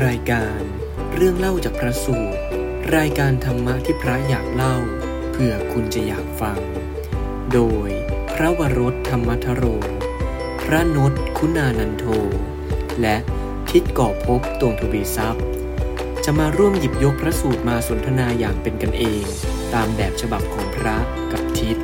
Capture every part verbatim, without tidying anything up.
รายการเรื่องเล่าจากพระสูตรรายการธรรมะที่พระอยากเล่าเพื่อคุณจะอยากฟังโดยพระวรถธรรมทโรพระนศคุณานันโทและทิศก่อภพตวงทวีทรัพย์จะมาร่วมหยิบยกพระสูตรมาสนทนาอย่างเป็นกันเองตามแบบฉบับของพระกับทิศ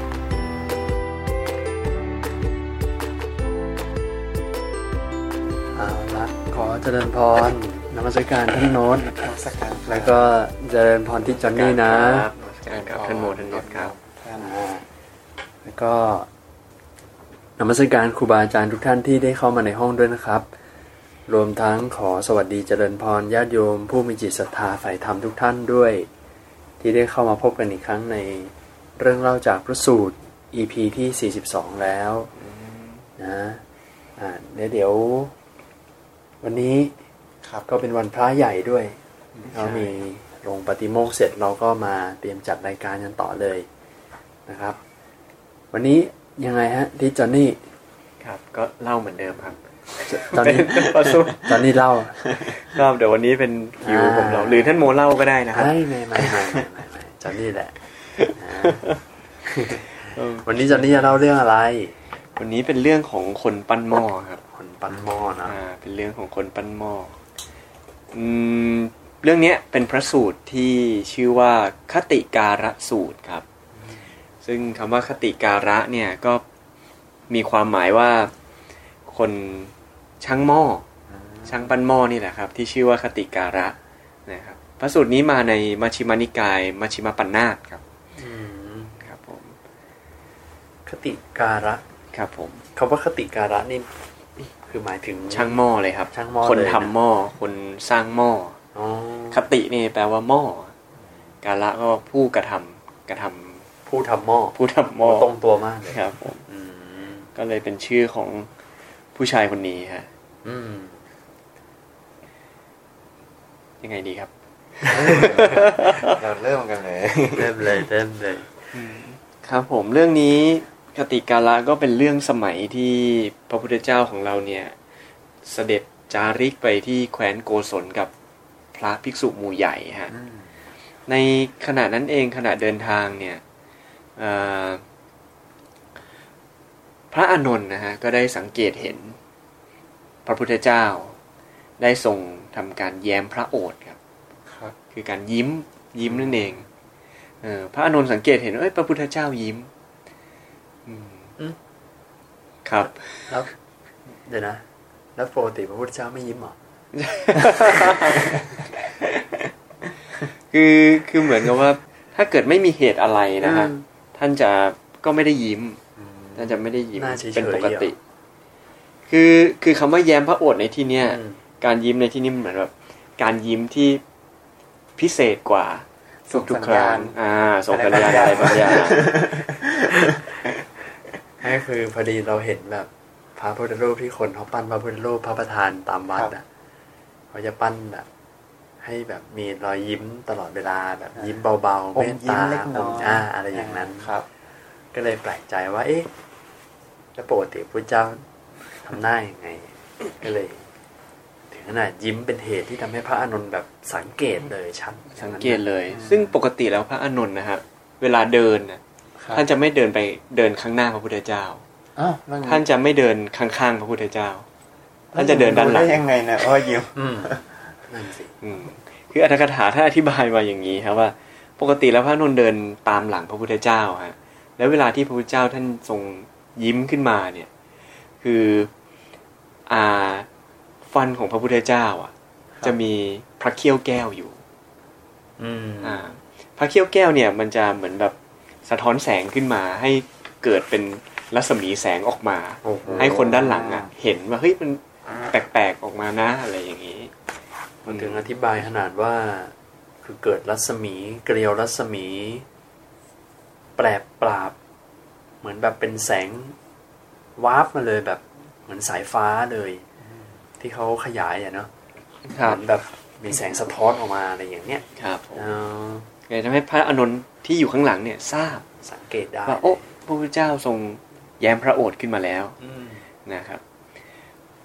เอาละขอเจริญพรนมัสการท่านโน้ตแล้วก็เจริญพรที่จอนนี่นะนมัสการครับท่านโมท่านโน้ตครับท่านแล้วก็นมัสการครูบาอาจารย์ทุกท่านที่ได้เข้ามาในห้องด้วยนะครับรวมทั้งขอสวัสดีเจริญพรญาติโยมผู้มีจิตศรัทธาใฝ่ธรรมทุกท่านด้วยที่ได้เข้ามาพบกันอีกครั้งในเรื่องเล่าจากพระสูตร อี พี ที่สี่สิบสองแล้วนะอ่าเดี๋ยวเดี๋ยววันนี้ก็เป็นวันพระใหญ่ด้วยเรามีลงปฏิโมกข์เสร็จเราก็มาเตรียมจัดรายการกันต่อเลยนะครับวันนี้ยังไงฮะที่จอนนี่ครับก็เล่าเหมือนเดิมครับตอนนี้ตอนนี้เล่าครับเดี๋ยววันนี้เป็นคิวผมเราหรือท่านโมเล่าก็ได้นะครับไม่ไม่ไม่ไม่ไม่จอนนี่แหละวันนี้จอนนี่จะเล่าเรื่องอะไรวันนี้เป็นเรื่องของคนปั้นหม้อครับคนปั้นหม้อนะอ่าเป็นเรื่องของคนปั้นหม้ออืมเรื่องนี้เป็นพระสูตรที่ชื่อว่าคติการะสูตรครับซึ่งคำว่าคติการะเนี่ยก็มีความหมายว่าคนช่างหม้อช่างปั้นหม้อนี่แหละครับที่ชื่อว่าคติการะนะครับพระสูตรนี้มาในมัชฌิมานิกายมัชฌิมปัญนาตครับครับผมคติการะครับผมคำว่าคติการะนี่คือหมายถึงช่างหม้อเลยครับคนทำหม้อคนสร้างหม้อคตินี่แปลว่าหม้อการะก็ผู้กระทำกระทำผู้ทำหม้อผู้ทำหม้อตรงตัวมากเลยครับผมก็เลยเป็นชื่อของผู้ชายคนนี้ฮะยังไงดีครับเราเริ่มกันเลยเริ่มเลยเริ่มเลยครับผมเรื่องนี้คติกาละก็เป็นเรื่องสมัยที่พระพุทธเจ้าของเราเนี่ยเสด็จจาริกไปที่แคว้นโกศลกับพระภิกษุหมู่ใหญ่ฮะในขณะนั้นเองขณะเดินทางเนี่ยพระอานนท์นะฮะก็ได้สังเกตเห็นพระพุทธเจ้าได้ทรงทำการแย้มพระโอษฐ์ครับครับคือการยิ้มยิ้มนั่นเองเออพระอานนท์สังเกตเห็นเอ้ยพระพุทธเจ้ายิ้มครับแล้วเดี๋ยวนะแล้วปกติพระพุทธเจ้าไม่ยิ้มหรอคือคือเหมือนกับว่าถ้าเกิดไม่มีเหตุอะไรนะฮะท่านจะก็ไม่ได้ยิ้มท่านจะไม่ได้ยิ้มเป็นปกติคือคือคำว่าแย้มพระโอษฐ์ในที่เนี้ยการยิ้มในที่นี้เหมือนแบบการยิ้มที่พิเศษกว่าทุกๆครั้งอ่าส่งสัญญาณอะไรบางอย่างนั่นคือพอดีเราเห็นแบบพระพุทธรูปที่คนเขาปั้นพระพุทธรูปพระประธานตามวัดอ่ะเขาจะปั้นแบบให้แบบมีรอยยิ้มตลอดเวลาแบบยิ้มเบาๆเมตตาอมอ่าอะไรอย่างนั้นครับก็เลยแปลกใจว่าเอ๊ะแล้วปกติพระเจ้าทำหน้ายังไงก็เลยถึงขนาดยิ้มเป็นเหตุที่ทำให้พระอานนท์แบบสังเกตเลยชัดสังเกตเลยซึ่งปกติแล้วพระอานนท์นะครับเวลาเดินท่านจะไม่เดินไปเดินข้างหน้าพระพุทธเจ้าท่านจะไม่เดินข้างๆพระพุทธเจ้าท่านจะเดินด้านหลังยังไงนะอ้อยิ้มนั่นสิคืออรรถกถาท่านอธิบายมาอย่างนี้ครับว่าปกติแล้วพระอานนท์เดินตามหลังพระพุทธเจ้าฮะแล้วเวลาที่พระพุทธเจ้าท่านทรงยิ้มขึ้นมาเนี่ยคืออ่าฟันของพระพุทธเจ้าอ่ะจะมีพระเขี้ยวแก้วอยู่อ่าพระเขี้ยวแก้วเนี่ยมันจะเหมือนแบบสะท้อนแสงขึ้นมาให้เกิดเป็นรัศมีแสงออกมาให้คนด้านหลังอ่ะเห็นว่าเฮ้ยมันแปลกๆออกมานะอะไรอย่างนี้มันถึงอธิบายขนาดว่าคือเกิดรัศมีเกลียวรัศมีแปลกปราบเหมือนแบบเป็นแสงวาร์ปมาเลยแบบเหมือนสายฟ้าเลยที่เขาขยายอ่ะเนาะเหมือนแบบมีแสงสะท้อนออกมาอะไรอย่างเนี้ยครับเลยทำให้พระอานนท์ที่อยู่ข้างหลังเนี่ยทราบสังเกตได้ว่าโอ้พระพุทธเจ้าทรงแย้มพระโอษฐ์ขึ้นมาแล้วนะครับ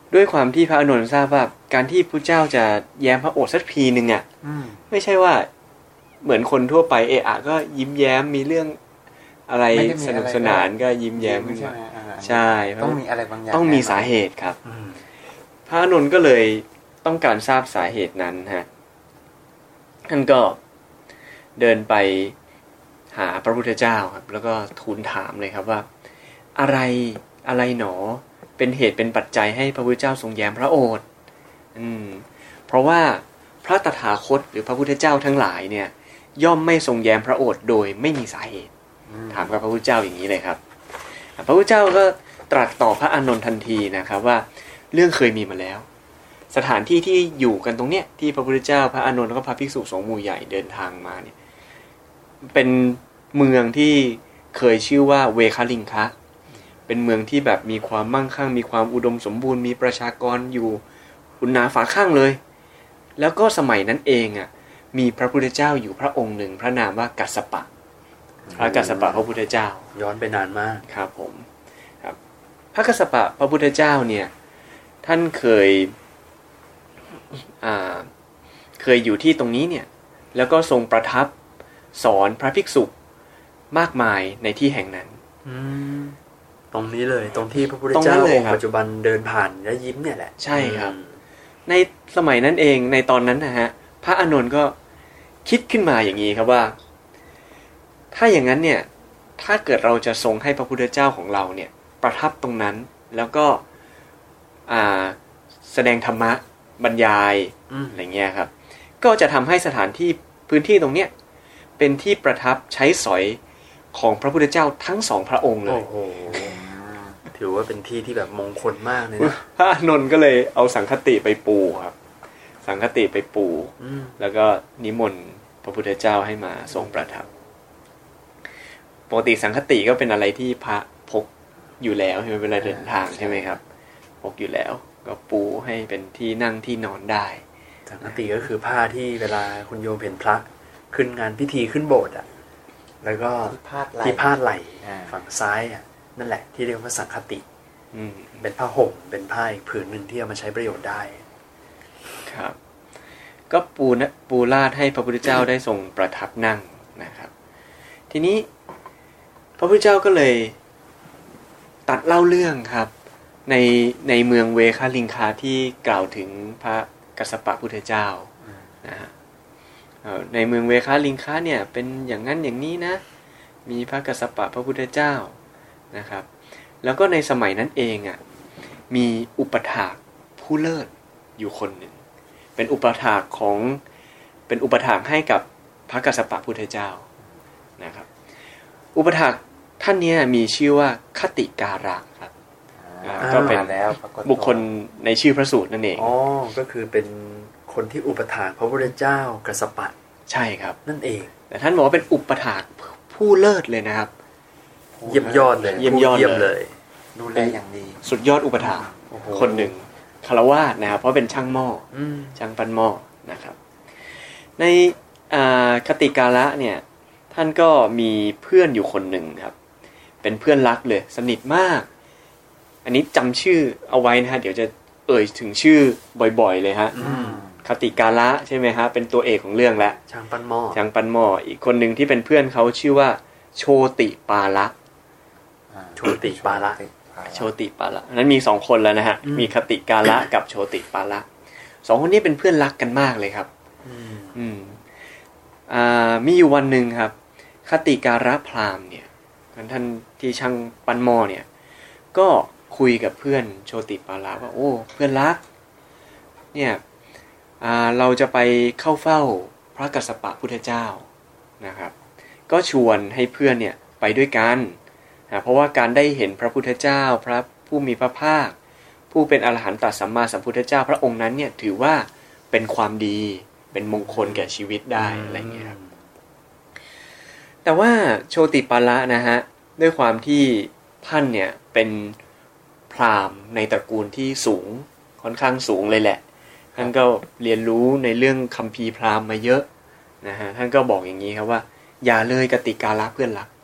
ด้วยความที่พระอานนท์ทราบว่าการที่พระเจ้าจะแย้มพระโอษฐ์สักทีนึงอ่ะไม่ใช่ว่าเหมือนคนทั่วไปเอะอะก็ยิ้มแย้มมีเรื่องอะไรสนุกสนานก็ยิ้มแย้มขึ้นมาใช่ต้องมีอะไรบางอย่างต้องมีสาเหตุครับพระอานนท์ก็เลยต้องการทราบสาเหตุนั้นฮะท่านก็เดินไปหาพระพุทธเจ้าครับแล้วก็ทูลถามเลยครับว่าอะไรอะไรหนอเป็นเหตุเป็นปัจจัยให้พระพุทธเจ้าทรงแย้มพระโอษฐ์อืมเพราะว่าพระตถาคตหรือพระพุทธเจ้าทั้งหลายเนี่ยย่อมไม่ทรงแย้มพระโอษฐ์โดยไม่มีสาเหตุถามกับพระพุทธเจ้าอย่างนี้เลยครับพระพุทธเจ้าก็ตรัสต่อพระอานนท์ทันทีนะครับว่าเรื่องเคยมีมาแล้วสถานที่ที่อยู่กันตรงเนี้ยที่พระพุทธเจ้าพระอานนท์แล้วก็พระภิกษุสงฆ์หมู่ใหญ่เดินทางมาเนี่ยเป็นเมืองที่เคยชื่อว่าเวคลิงคะเป็นเมืองที่แบบมีความมั่งคั่งมีความอุดมสมบูรณ์มีประชากรอยู่อุณาฝาข้างเลยแล้วก็สมัยนั้นเองอ่ะมีพระพุทธเจ้าอยู่พระองค์หนึ่งพระนามว่ากัสสปะพระกัสสปะพระพุทธเจ้าย้อนไปนานมากครับผมครับพระกัสสปะพระพุทธเจ้าเนี่ยท่านเคยอ่าเคยอยู่ที่ตรงนี้เนี่ยแล้วก็ทรงประทับสอนพระภิกษุมากมายในที่แห่งนั้นตรงนี้เลยตรงที่พระพุทธเจ้าองค์ปัจจุบันเดินผ่านและยิ้มเนี่ยแหละใช่ครับในสมัยนั้นเองในตอนนั้นนะฮะพระอานนท์ก็คิดขึ้นมาอย่างนี้ครับว่าถ้าอย่างนั้นเนี่ยถ้าเกิดเราจะทรงให้พระพุทธเจ้าของเราเนี่ยประทับตรงนั้นแล้วก็อ่าแสดงธรรมะบรรยายอะไรเงี้ยครับก็จะทำให้สถานที่พื้นที่ตรงเนี้ยเป็นที่ประทับใช้สอยของพระพุทธเจ้าทั้งสองพระองค์เลยโอ้โหถือว่าเป็นที่ที่แบบมงคลมากเลยนะพระอานนท์ก็เลยเอาสังฆติไปปูครับสังฆติไปปูแล้วก็นิมนต์พระพุทธเจ้าให้มาทรงประทับปกติสังฆติก็เป็นอะไรที่พระพกอยู่แล้วใช่ไหมเวลาเดินทางใช่ไหมครับพกอยู่แล้วก็ปูให้เป็นที่นั่งที่นอนได้สังฆติก็คือผ้าที่เวลาคุณโยมเห็นพระขึ้นงานพิธีขึ้นโบสถ์อ่ะแล้วก็ที่พาดไหล่ฝั่งซ้ายอ่ะนั่นแหละที่เรียกว่าสังฆติเป็นผ้าห่มเป็นผ้าอีกผืนหนึ่งที่เอามาใช้ประโยชน์ได้ครับก็ปูนะปูลาดให้พระพุทธเจ้าได้ทรงประทับนั่งนะครับทีนี้พระพุทธเจ้าก็เลยตัดเล่าเรื่องครับในในเมืองเวคลิงคาที่กล่าวถึงพระกัสสปะพุทธเจ้านะฮะในเมืองเวคลิงคาเนี่ยเป็นอย่างนั้นอย่างนี้นะมีพระกัสสปะพระพุทธเจ้านะครับแล้วก็ในสมัยนั้นเองอ่ะมีอุปถากผู้เลิศอยู่คนหนึ่งเป็นอุปถากของเป็นอุปถากให้กับพระกัสสปะพุทธเจ้านะครับอุปถากท่านนี้มีชื่อว่าคติการะครับก็เป็นบุคคลในชื่อพระสูตรนั่นเองอ๋อก็คือเป็นคนที่อุปถากพระพุทธเจ้ากัสสปะใช่ครับนั่นเองแต่ท่านบอกว่าเป็นอุปถากผู้เลิศเลยนะครับเยี่ยมยอดเลยเยี่ยมยอดเลยดูแลอย่างดีสุดยอดอุปถากคนหนึ่งคฤหัสถ์นะครับเพราะเป็นช่างหม้อช่างปั้นหม้อนะครับในคติการะเนี่ยท่านก็มีเพื่อนอยู่คนหนึ่งครับเป็นเพื่อนรักเลยสนิทมากอันนี้จำชื่อเอาไว้นะฮะเดี๋ยวจะเอ่ยถึงชื่อบ่อยๆเลยฮะคติการะใช่ไหมฮะเป็นตัวเอกของเรื่องแล้วช่างปั้นหม้อช่างปั้นหม้ออีกคนหนึ่งที่เป็นเพื่อนเขาชื่อว่าโชติปาละโชติปาละโชติปาละนั้นมีสองคนแล้วนะฮะมีคติการะกับโชติปาละสองคนนี้เป็นเพื่อนรักกันมากเลยครับอืมอ่ามีอยู่วันหนึ่งครับคติการะพราหมณ์เนี่ยท่านที่ช่างปั้นหม้อเนี่ยก็คุยกับเพื่อนโชติปาละว่าโอ้เพื่อนรักเนี่ยอ่าเราจะไปเข้าเฝ้าพระกัสสปะพุทธเจ้านะครับก็ชวนให้เพื่อนเนี่ยไปด้วยกันนะเพราะว่าการได้เห็นพระพุทธเจ้าพระผู้มีพระภาคผู้เป็นอรหันตสัมมาสัมพุทธเจ้าพระองค์นั้นเนี่ยถือว่าเป็นความดีเป็นมงคลแก่ชีวิตได้อะไรเงี้ยครับแต่ว่าโชติปาละนะฮะด้วยความที่ท่านเนี่ยเป็นพราหมณ์ในตระกูลที่สูงค่อนข้างสูงเลยแหละท่านก็เรียนรู้ในเรื่องคัมภีร์พราหมณ์มาเยอะนะฮะท่านก็บอกอย่างนี้ครับว่าอย่าเลยกติการะเพื่อนรัก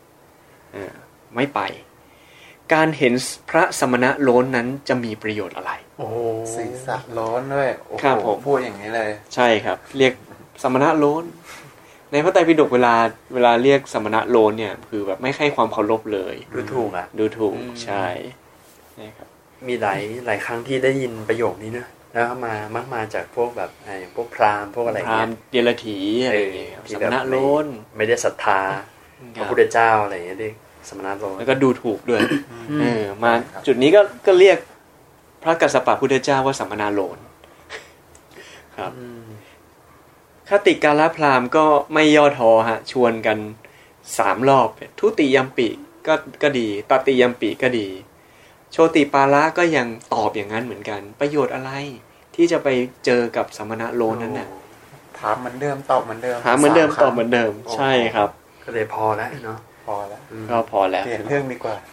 ไม่ไปการเห็นพระสมณะโล้นนั้นจะมีประโยชน์อะไรโอ้ศีรษะโล้นด้วยโอ้โหครับผมพูดอย่างนี้เลยใช่ครับ เรียกสมณะโล้นในพระไตรปิฎกเวลาเวลาเรียกสมณะโล้นเนี่ยคือแบบไม่ให้ความเคารพเลยดูถูกอ่ะดูถูกอืมใช่นะครับมีหลายหลายครั้งที่ได้ยินประโยคนี้นะแล้วก็มามักมาจากพวกแบบไอ้พวกพราหมณ์พวกอะไรพราหเงี้มยณ์เดรัจฉีอะไรอย่างเงี้ยครับที่สแบบมณะโล้นไม่ไม่ได้ศรัทธาคพรัระบพุทธเจ้าอะไรอย่างเงี้ยเรียกสมณะโลนแล้วก็ดูถูกด้วยอืมเออมาครับจุดนี้ก็ก็เรียกพระกัสสปะพุทธเจ้าว่าสัมมนาโลนครับอืมคติการละพราหมณ์ก็ไม่ย่อท้อฮะชวนกันสามรอบทุติยัมปิก็ก็ดีตติยัมปิก็ดี โชติปาละก็ยังตอบอย่างนั้นเหมือนกัน ประโยชน์อะไรที่จะไปเจอกับสมณะโลนนั้นน่ะถามเหมือนเดิมตอบเหมือนเดิมถามเหมือนเดิมสาคตรั้อง บเหมือนเดิม ใช่ครับก็เลยพอแล้วเนาะพอแล้วอืมก็พอแล้วเปลี่ยนเรื่องดีกว่า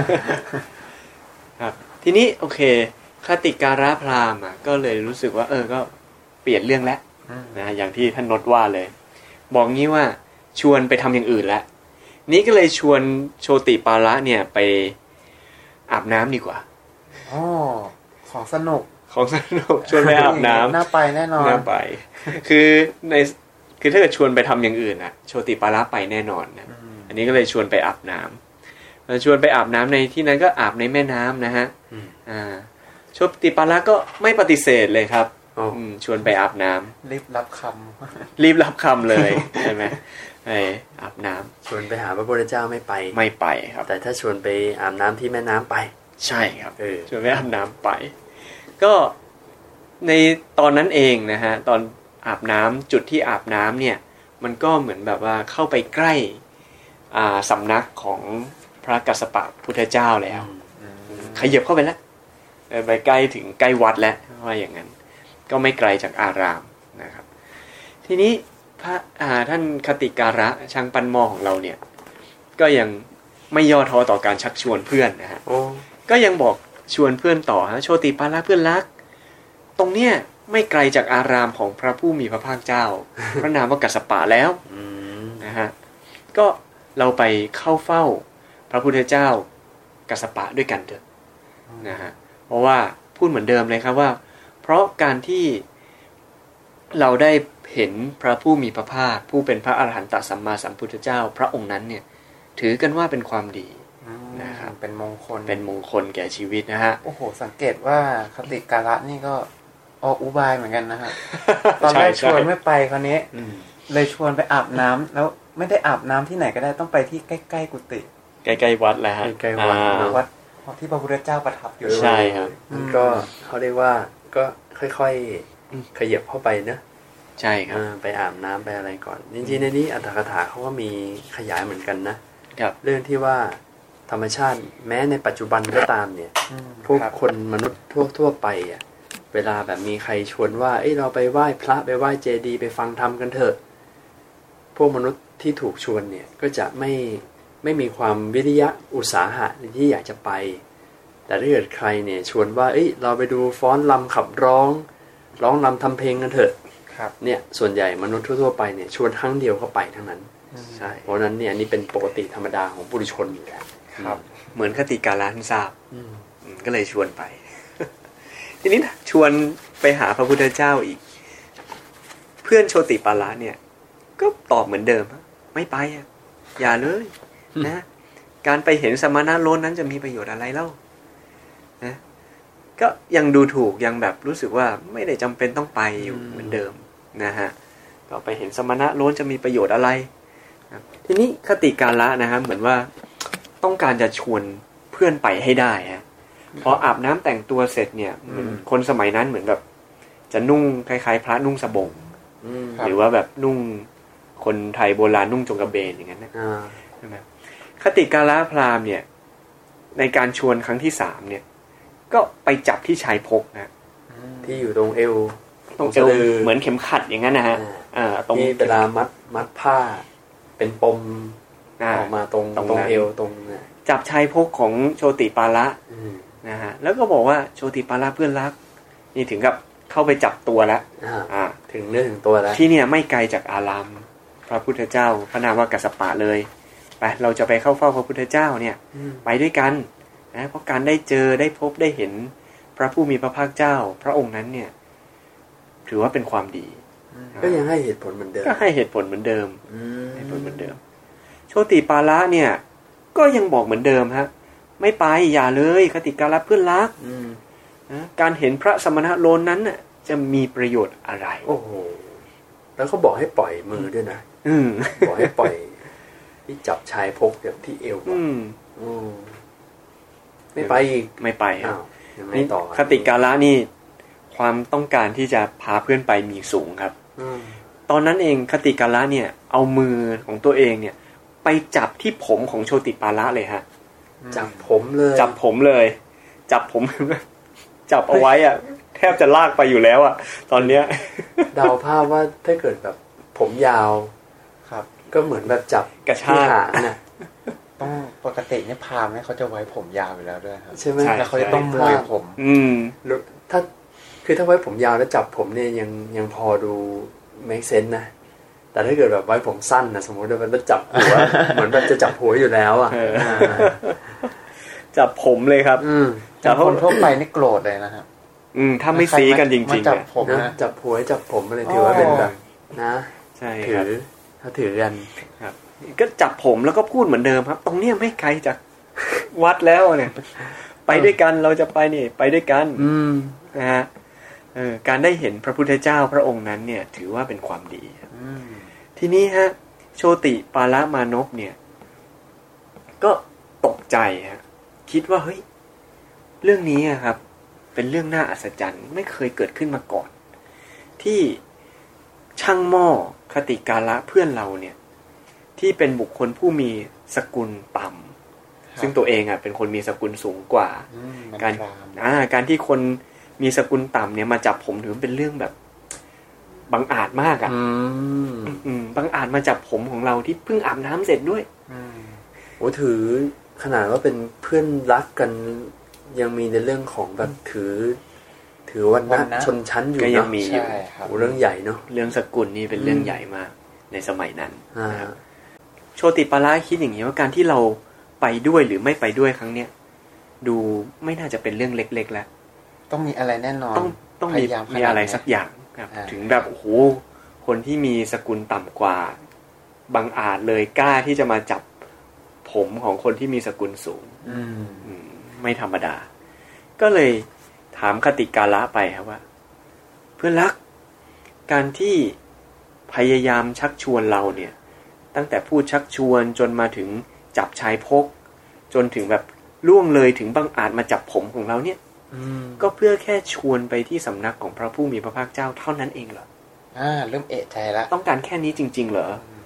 ครับทีนี้โอเคคติการะพราหมณ์อ่ะก็เลยรู้สึกว่าเออก็เปลี่ยนเรื่องแล้วอืมนะอย่างที่ท่านนดว่าเลย บอกงี้ว่าชวนไปทำอย่างอื่นแล้วนี้ก็เลยชวนโชติปาละเนี่ยไปอาบน้ำดีกว่าอ๋อของสนุกของสนุกชวนไปอาบน้ำน่าไปแน่นอนน่าไป คือในคือถ้าเกิดชวนไปทำอย่างอื่นนะโชติปาละไปแน่นอนนะอืมอันนี้ก็เลยชวนไปอาบน้ำแล้วชวนไปอาบน้ำในที่นั้นก็อาบในแม่น้ำนะฮะอืมอ่าโชติปาละก็ไม่ปฏิเสธเลยครับโอ้อืมชวนไปอาบน้ำรีบรับครีบรับคำเลย ใช่ไหมไออาบน้ำชวนไปหาพระพุทธเจ้าไม่ไปไม่ไปครับแต่ถ้าชวนไปอาบน้ำที่แม่น้ำไปใช่ครับเออชวนไปอาบน้ำไป ก็ในตอนนั้นเองนะฮะตอนอาบน้ำจุดที่อาบน้ำเนี่ยมันก็เหมือนแบบว่าเข้าไปใกล้อ่าสำนักของพระกัสสปะพุทธเจ้าแล้วำอืมขยับเข้าไปแล้วเออไปใกล้ถึงใกล้วัดแล้วว่าอย่างนั้น ก็ไม่ไกลจากอารามนะครับ ทีนี้พระอ่าท่านคติการะช่างปั้นหม้อของเราเนี่ยก็ยังไม่ย่อท้อต่อการชักชวนเพื่อนนะฮะโอ้ก็ยังบอกชวนเพื่อนต่อฮะโชติปาละเพื่อนรัก ตรงเนี้ยไม่ไกลจากอารามของพระผู้มีพระภาคเจ้า พระนามว่ากัสสปะแล้วอืมนะฮะก็เราไปเข้าเฝ้าพระพุทธเจ้ากัสสปะด้วยกันเถอะนะฮะเพราะว่าพูดเหมือนเดิมเลยครับว่า เพราะการที่เราได้เห็นพระผู้มีพระภาคผู้เป็นพระอรหันตสัมมาสัมพุทธเจ้า พระองค์นั้นเนี่ยถือกันว่าเป็นความดีอืมนะครับเป็นมงคลเป็นมงคลแก่ชีวิตนะฮะโอ้โห สังเกตว่าคติการะนี่ก็ออกอุบายเหมือนกันนะฮะ ตอนแรกใช่ชวนใช่ไม่ไปคราวนี้อืมเลยชวนไปอาบน้ำแล้วไม่ได้อาบน้ำที่ไหนก็ได้ต้องไปที่ใกล้ๆกุฏิใกล้ๆวัดแล้วฮะใกล้ๆวัดอ่าเนอะวัดที่พระพุทธเจ้าประทับอยู่ใช่ครับมันก็เขาเรียกว่าก็ค่อยอืมๆ ขยับเข้าไปเนอะใช่ครับอ่าไปอาบน้ำไปอะไรก่อน จริงๆในนี้อัตถกถาเขาก็มีขยายเหมือนกันนะครับเรื่องที่ว่าธรรมชาติแม้ในปัจจุบันก็ตามเนี่ยอืมพวกครับคนมนุษย์ทั่วทั่วไปอ่ะเวลาแบบมีใครชวนว่าเอ้ยเราไปไหว้พระไปไหว้เจดีย์ไปฟังธรรมกันเถอะ พวกมนุษย์ที่ถูกชวนเนี่ยก็จะไม่ไม่มีความวิริยะอุตสาหะที่อยากจะไป แต่ถ้าเกิดใครเนี่ยชวนว่าเอ้ยเราไปดูฟ้อนรำขับร้อง ร้องรำทำเพลงกันเถอะครับเนี่ยส่วนใหญ่มนุษย์ทั่วๆไปเนี่ยชวนครั้งเดียวก็ไปทั้งนั้นอืมใช่เพราะฉะนั้นเนี่ยอันนี้เป็นปกติธรรมดาของปุถุชนอยู่แล้วครับเหมือนคติการะท่านทราบอืมอืมก็เลยชวนไป ทีนี้ชวนไปหาพระพุทธเจ้าอีก เพื่อนโชติปาละเนี่ย ก็ตอบเหมือนเดิมฮะไม่ไปอ่ะอย่าเลยนะ การไปเห็นสมณะโลนนั้นจะมีประโยชน์อะไรเล่านะก็ยังดูถูกยังแบบรู้สึกว่าไม่ได้จำเป็นต้องไปอยู่เหมือนเดิมนะฮะก็ไปเห็นสมณะโลนจะมีประโยชน์อะไรนะทีนี้คติการะนะฮะเหมือนว่าต้องการจะชวนเพื่อนไปให้ได้ฮะพออาบน้ำแต่งตัวเสร็จเนี่ยเหมือนคนสมัยนั้นเหมือนแบบจะนุ่งคล้ายๆพระนุ่งสบงอืมครับหรือว่าแบบนุ่งคนไทยโบราณนุ่งจงกระเบนอย่างนั้นนะอ่าใช่ไหมคติการะพราหมณ์เนี่ยในการชวนครั้งที่สามเนี่ยก็ไปจับที่ชายพกนะอืมที่อยู่ตรงเอวตรงเอวเหมือนเข็มขัดอย่างนั้นนะฮะอ่าตรงที่เวลามัดมัดผ้า เป็นปมอ่าออกมาตรงตรงตรงนั้นเอวตรงเนี่ยจับชายพกของโชติปาละอืมนะฮะแล้วก็บอกว่าโชติปาละเพื่อนรักนี่ถึงกับเข้าไปจับตัวแล้วอ่าอ่าถึงเนื้อถึงตัวแล้วที่เนี่ยไม่ไกลจากอารามพระพุทธเจ้าพระนามว่ากัสสปะเลยไปเราจะไปเข้าเฝ้าพระพุทธเจ้าเนี่ยอืมไปด้วยกันนะเพราะการได้เจอได้พบได้เห็นพระผู้มีพระภาคเจ้าพระองค์นั้นเนี่ยถือว่าเป็นความดีก็ยังให้เหตุผลเหมือนเดิมก็ให้เหตุผลเหมือนเดิมให้ผลเหมือนเดิมโชติปาละเนี่ยก็ยังบอกเหมือนเดิมฮะไม่ไปอย่าเลยคติกาละเพื่อนรักนะการเห็นพระสมณะโลนนั้นน่ะจะมีประโยชน์อะไรโอ้โหแล้วเขาบอกให้ปล่อยมือด้วยนะบอกให้ปล่อยที่จับชายพกแบบที่เอวอืมไม่ไปอีกไม่ไปครับนี่คติกาละนี่ความต้องการที่จะพาเพื่อนไปมีสูงครับตอนนั้นเองคติกาละเนี่ยเอามือของตัวเองเนี่ยไปจับที่ผมของโชติปาละเลยฮะจับผมเลยจับผมเลยจับผมจับเอาไว้อ่ะแทบจะลากไปอยู่แล้วอ่ะตอนเนี้ยเดาภาพว่าถ้าเกิดแบบผมยาวครับก็เหมือนแบบจับกระชากนะต้องปกติเนี่ยพามเนี่ยเขาจะไว้ผมยาวอยู่แล้วด้วยครับใช่ไหมแล้วเขาจะต้องมวยผมอืมถ้าคือถ้าไว้ผมยาวแล้วจับผมเนี่ยยังยังพอดู make sense นะแต่ถ้าเกิดแบบไว้ผมสั้นนะสมมติว่ามันจะจับหัว เหมือนแบบจะจับหัวอยู่แล้วอ่ะจับผมเลยครับจับคนทั่วไปนี่โกรธเลยนะครับอืมถ้าไม่ซีกันจริงๆจับผมนะจับหัวจับผมอะไรถือว่าเป็นแบบนะใช่ครับถ้าถือกันครับก็จับผมแล้วก็พูดเหมือนเดิมครับตรงเนี้ยไม่ไกลจากวัดแล้วเนี่ยไปด้วยกันเราจะไปนี่ไปด้วยกันนะฮะเออการได้เห็นพระพุทธเจ้าพระองค์นั้นเนี่ยถือว่าเป็นความดีทีนี้ฮะโชติปาละมานพเนี่ยก็ตกใจฮะคิดว่าเฮ้ยเรื่องนี้ครับเป็นเรื่องน่าอัศจรรย์ไม่เคยเกิดขึ้นมาก่อนที่ช่างหม้อคติกาละเพื่อนเราเนี่ยที่เป็นบุคคลผู้มีสกุลต่ำซึ่งตัวเองอ่ะเป็นคนมีสกุลสูงกว่าการอ่าการที่คนมีสกุลต่ำเนี่ยมาจับผมถือเป็นเรื่องแบบบังอาจมากอ่ะบังอาจมาจับผมของเราที่เพิ่งอาบน้ำเสร็จด้วยโอ้ถือขนาดว่าเป็นเพื่อนรักกันยังมีในเรื่องของแบบถือถือวันนะชนชั้นอยู่ก็ยังมีอยู่โอ้เรื่องใหญ่เนาะเรื่องสกุลนี่เป็นเรื่องใหญ่มากในสมัยนั้นนะครับโชติปาละคิดอย่างนี้ว่าการที่เราไปด้วยหรือไม่ไปด้วยครั้งเนี้ยดูไม่น่าจะเป็นเรื่องเล็กๆแล้วต้องมีอะไรแน่นอนต้องต้องมีมีอะไรสักอย่างครับถึงแบบโอ้โหคนที่มีสกุลต่ำกว่าบังอาจเลยกล้าที่จะมาจับผมของคนที่มีสกุลสูงไม่ธรรมดาก็เลยถามคติกาละไปครับว่าเพื่อนรักการที่พยายามชักชวนเราเนี่ยตั้งแต่พูดชักชวนจนมาถึงจับชายพกจนถึงแบบล่วงเลยถึงบังอาจมาจับผมของเราเนี่ยก็เพื่อแค่ชวนไปที่สำนักของพระผู้มีพระภาคเจ้าเท่านั้นเองเหรออ่าเริ่มเอะใจแล้วต้องการแค่นี้จริงๆเหรอ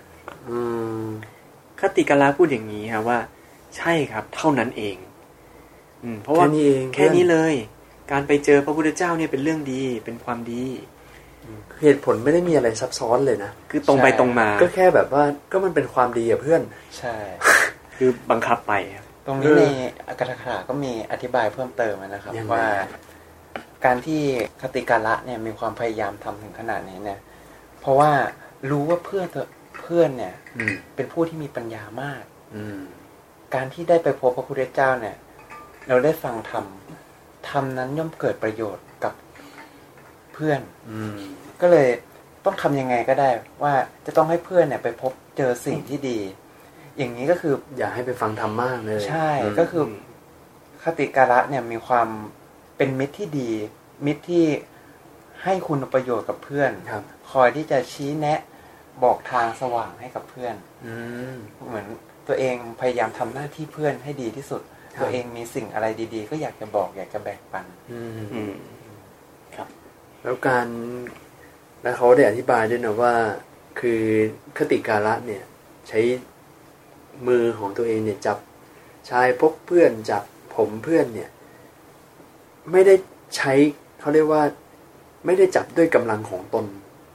คติกาละพูดอย่างนี้ครับว่าใช่ครับเท่านั้นเองอืมเพราะว่าแค่นี้เลยการไปเจอพระพุทธเจ้าเนี่ยเป็นเรื่องดีเป็นความดีเหตุผลไม่ได้มีอะไรซับซ้อนเลยนะคือตรงไปตรงมาก็แค่แบบว่าก็มันเป็นความดีอ่ะเพื่อนใช่คือบังคับไปตรงนี้ในอัตถกถาก็มีอธิบายเพิ่มเติมนะครับว่าการที่คติกาละเนี่ยมีความพยายามทำถึงขนาดนี้เนี่ยเพราะว่ารู้ว่าเพื่อนเพื่อนเนี่ยเป็นผู้ที่มีปัญญามากการที่ได้ไปพบพระพุทธเจ้าเนี่ยเราได้ฟังธรรมธรรมนั้นย่อมเกิดประโยชน์กับเพื่อนก็เลยต้องทำยังไงก็ได้ว่าจะต้องให้เพื่อนเนี่ยไปพบเจอสิ่งที่ดีอย่างนี้ก็คืออย่าให้ไปฟังธรรมมากเลยใช่ก็คือคติกาละเนี่ยมีความเป็นมิตรที่ดีมิตรที่ให้คุณประโยชน์กับเพื่อนคอยที่จะชี้แนะบอกทางสว่างให้กับเพื่อนเหมือนตัวเองพยายามทำหน้าที่เพื่อนให้ดีที่สุดตัวเองมีสิ่งอะไรดีๆก็อยากจะบอกอยากจะแบ่งปันครับแล้วการแล้วเขาได้อธิบายด้วยนะว่าคือคติกาละเนี่ยใช้มือของตัวเองเนี่ยจับชายพกเพื่อนจับผมเพื่อนเนี่ยไม่ได้ใช้เขาเรียกว่าไม่ได้จับด้วยกำลังของตน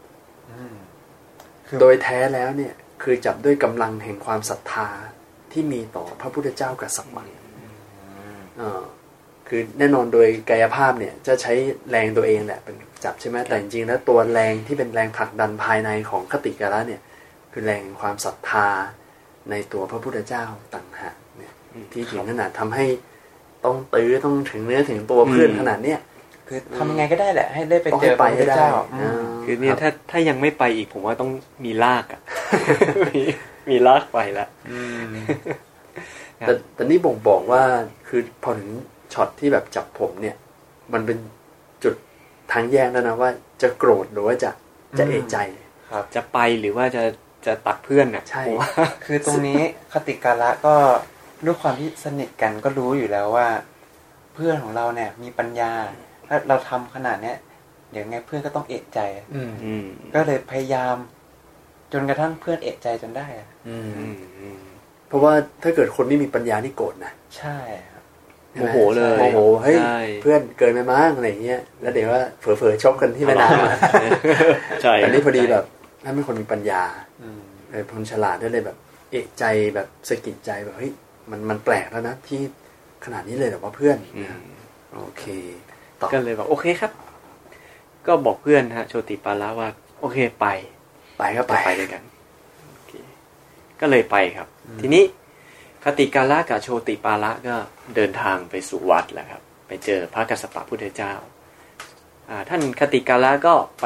โดยแท้แล้วเนี่ยคือจับด้วยกำลังแห่งความศรัทธาที่มีต่อพระพุทธเจ้ากับสัมมาคือแน่นอนโดยกายภาพเนี่ยจะใช้แรงตัวเองแหละเป็นจับใช่ไหมแต่จริงๆแล้วตัวแรงที่เป็นแรงผลักดันภายในของคติกาละเนี่ยคือแรงความศรัทธาในตัวพระพุทธเจ้าต่างหากเนี่ยที่ถึงขนาดทำให้ต้องตื้อต้องถึงเนื้อถึงตัวเพื่อนขนาดเนี้ยคือทำยังไงก็ได้แหละให้ได้ไปเจอพระพุทธเจ้าคือเนี่ยถ้าถ้ายังไม่ไปอีกผมว่าต้องมีลากอ่ะ มีมีลากไปละแต่แต่นี่บ่งบอกว่าคือพอถึงช็อตที่แบบจับผมเนี่ยมันเป็นจุดทางแยกแล้วนะว่าจะโกรธหรือว่าจะจะเอะใจครับจะไปหรือว่าจะจะตัดเพื่อนอ่ะใช่คือตรงนี้คติกาละก็ด้วยความที่สนิทกันก็รู้อยู่แล้วว่าเพื่อนของเราเนี่ยมีปัญญาถ้าเราทำขนาดเนี้ยเดี๋ยวไงเพื่อนก็ต้องเอะใจก็เลยพยายามจนกระทั่งเพื่อนเอะใจจนได้อ่ะเพราะว่าถ้าเกิดคนไม่มีปัญญานี่โกรธนะใช่โมโหเลยโมโหเฮ้ยเพื่อนเกินไปมั้งอะไรเงี้ยแล้วเดี๋ยวว่าเผลอๆชกกันที่แม่น้ำใช่อันนี้พอดีแบบถ้าเป็นคนมีปัญญาเป็นคนฉลาดด้วยเลยแบบเอะใจแบบสะกิดใจแบบเฮ้ยมันมันแปลกแล้วนะที่ขนาดนี้เลยเหรอว่าเพื่อนโอเคก็เลยบอกโอเคครับก็บอกเพื่อนฮะโชติปาละว่าโอเคไปไปก็ไปไปด้วยกันก็เลยไปครับทีนี้คติกาละกับโชติปาละก็เดินทางไปสู่วัดแหละครับไปเจอพระกัสสปะพุทธเจ้าท่านคติกาละก็ไป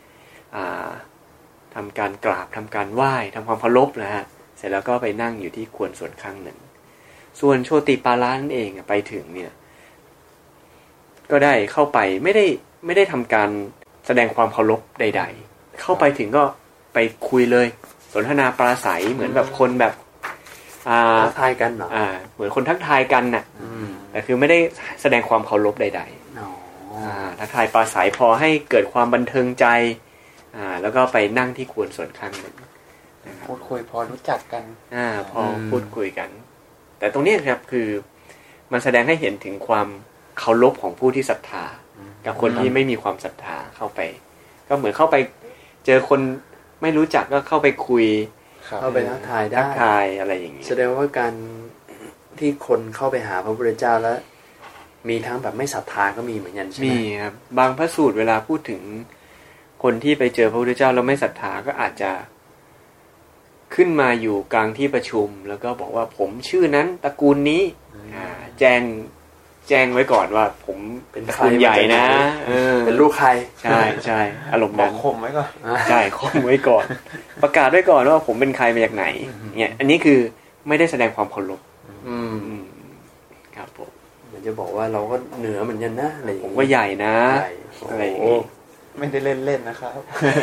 ทำการกราบทำการไหว้ทำความเคารพนะฮะเสร็จแล้วก็ไปนั่งอยู่ที่ควรส่วนข้างหนึ่งส่วนโชติปาละนั่นเองไปถึงเนี่ยก็ได้เข้าไปไม่ได้ไม่ได้ทำการแสดงความเคารพใดๆเข้าไปถึงก็ไปคุยเลยสนทนาปราศัยเหมือนแบบคนแบบทักทายกันเหรออ่าเหมือนคนทักทายกันน่ะแต่คือไม่ได้แสดงความเคารพใดๆอ๋ออ่าทักทายปราศัยพอให้เกิดความบันเทิงใจอ่าแล้วก็ไปนั่งที่ควรส่วนข้างหนึ่งพูดคุยพอรู้จักกันอ่าพอพูดคุยกันแต่ตรงนี้ครับคือมันแสดงให้เห็นถึงความเคารพของผู้ที่ศรัทธากับคนที่ไม่มีความศรัทธาเข้าไปก็เหมือนเข้าไปเจอคนไม่รู้จักก็เข้าไปคุยเข้าไปทักทายได้ทักทายอะไรอย่างนี้แสดงว่าการที่คนเข้าไปหาพระพุทธเจ้าแล้วมีทั้งแบบไม่ศรัทธาก็มีเหมือนกันใช่ไหมมีครับบางพระสูตรเวลาพูดถึงคนที่ไปเจอพระพุทธเจ้าแล้วไม่ศรัทธาก็อาจจะขึ้นมาอยู่กลางที่ประชุมแล้วก็บอกว่าผมชื่อนั้นตระกูลนี้แจ้งแจ้งไว้ก่อนว่าผมเป็นตระกูลใหญ่นะเป็นลูกใครใช่ใช่อารมณ์นั้นข่มไว้ก่อนใช่ข่มไว้ก่อนประกาศไว้ก่อนว่าผมเป็นใครมาจากไหนเนี่ยอันนี้คือไม่ได้แสดงความเคารพครับผมมันจะบอกว่าเราก็เหนือเหมือนกันนะอะไรผมก็ใหญ่นะอะไรอย่างนี้ไม่ได้เล่นเล่นนะครับ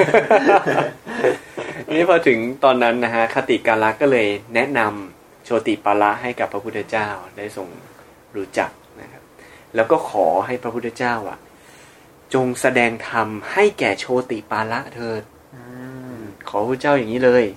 นี่พอถึงตอนนั้นนะฮะคติกาละก็เลยแนะนำโชติปาละให้กับพระพุทธเจ้าได้ทรงรู้จักนะครับแล้วก็ขอให้พระพุทธเจ้าอ่ะจงแสดงธรรมให้แก่โชติปาละเถิดขอพระเจ้าอย่างนี้เลย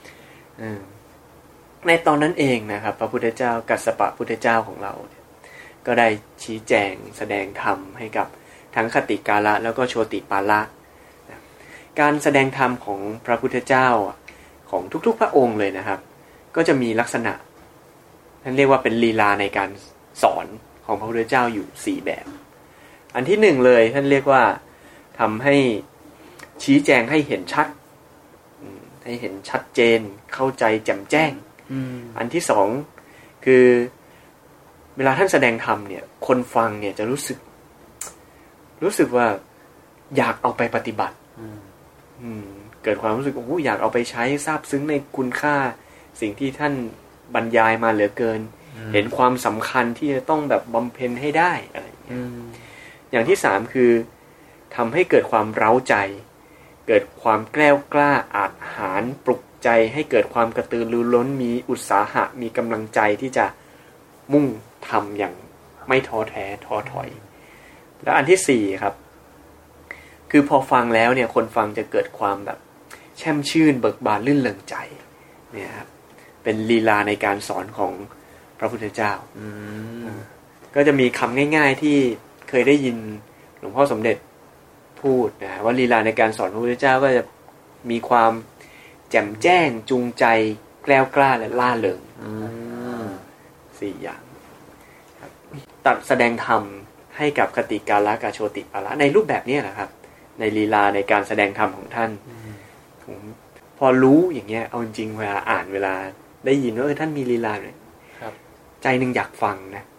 ในตอนนั้นเองนะครับพระพุทธเจ้ากัสสปะพุทธเจ้าของเราก็ได้ชี้แจงแสดงธรรมให้กับทั้งคติกาละแล้วก็โชติปาละการแสดงธรรมของพระพุทธเจ้าของทุกๆพระองค์เลยนะครับก็จะมีลักษณะท่านเรียกว่าเป็นลีลาในการสอนของพระพุทธเจ้าอยู่สี่แบบอันที่หนึ่งเลยท่านเรียกว่าทำให้ชี้แจงให้เห็นชัดให้เห็นชัดเจนเข้าใจแจ่มแจ้งอันที่สองคือเวลาท่านแสดงธรรมเนี่ยคนฟังเนี่ยจะรู้สึกรู้สึกว่าอยากเอาไปปฏิบัติเกิดความรู้สึกโอ้อยากเอาไปใช้ซาบซึ้งในคุณค่าสิ่งที่ท่านบรรยายมาเหลือเกินเห็นความสำคัญที่จะต้องแบบบำเพ็ญให้ได้อะไรอย่างเงี้ยอย่างที่สามคือทำให้เกิดความเร้าใจเกิดความแกล้วกล้าอาจหาญปลุกใจให้เกิดความกระตือรือร้นมีอุตสาหะมีกำลังใจที่จะมุ่งทำอย่างไม่ท้อแท้ท้อถอยและอันที่สี่ครับคือพอฟังแล้วเนี่ยคนฟังจะเกิดความแบบแช่มชื่นเบิกบานลื่นเริงใจเนี่ยครับเป็นลีลาในการสอนของพระพุทธเจ้าก็จะมีคำง่ายๆที่เคยได้ยินหลวงพ่อสมเด็จพูดนะว่าลีลาในการสอนพระพุทธเจ้าก็จะมีความแจ่มแจ้งจูงใจแกล้วกล้าและล่าเริงสี่อย่างตัดแสดงธรรมให้กับคติกาละกับโชติปาละในรูปแบบนี้แหละครับในลีลาในการแสดงธรรมของท่านผมพอรู้อย่างเงี้ยเอาจริงๆเวลาอ่านเวลาได้ยินว่าเออท่านมีลีลาเนี่ยใจนึงอยากฟังนะ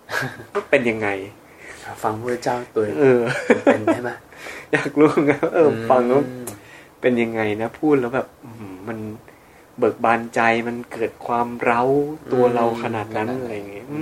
ก็เป็นยังไงฟังพระเจ้าตัวเออเป็นใช่ไหมอยากรู้ไงเออฟังแล้วเป็นยังไงนะพูดแล้วแบบมันเบิกบานใจมันเกิดความเร้าตัวเราขนาดนั้นอะไรอย่างเงี้ย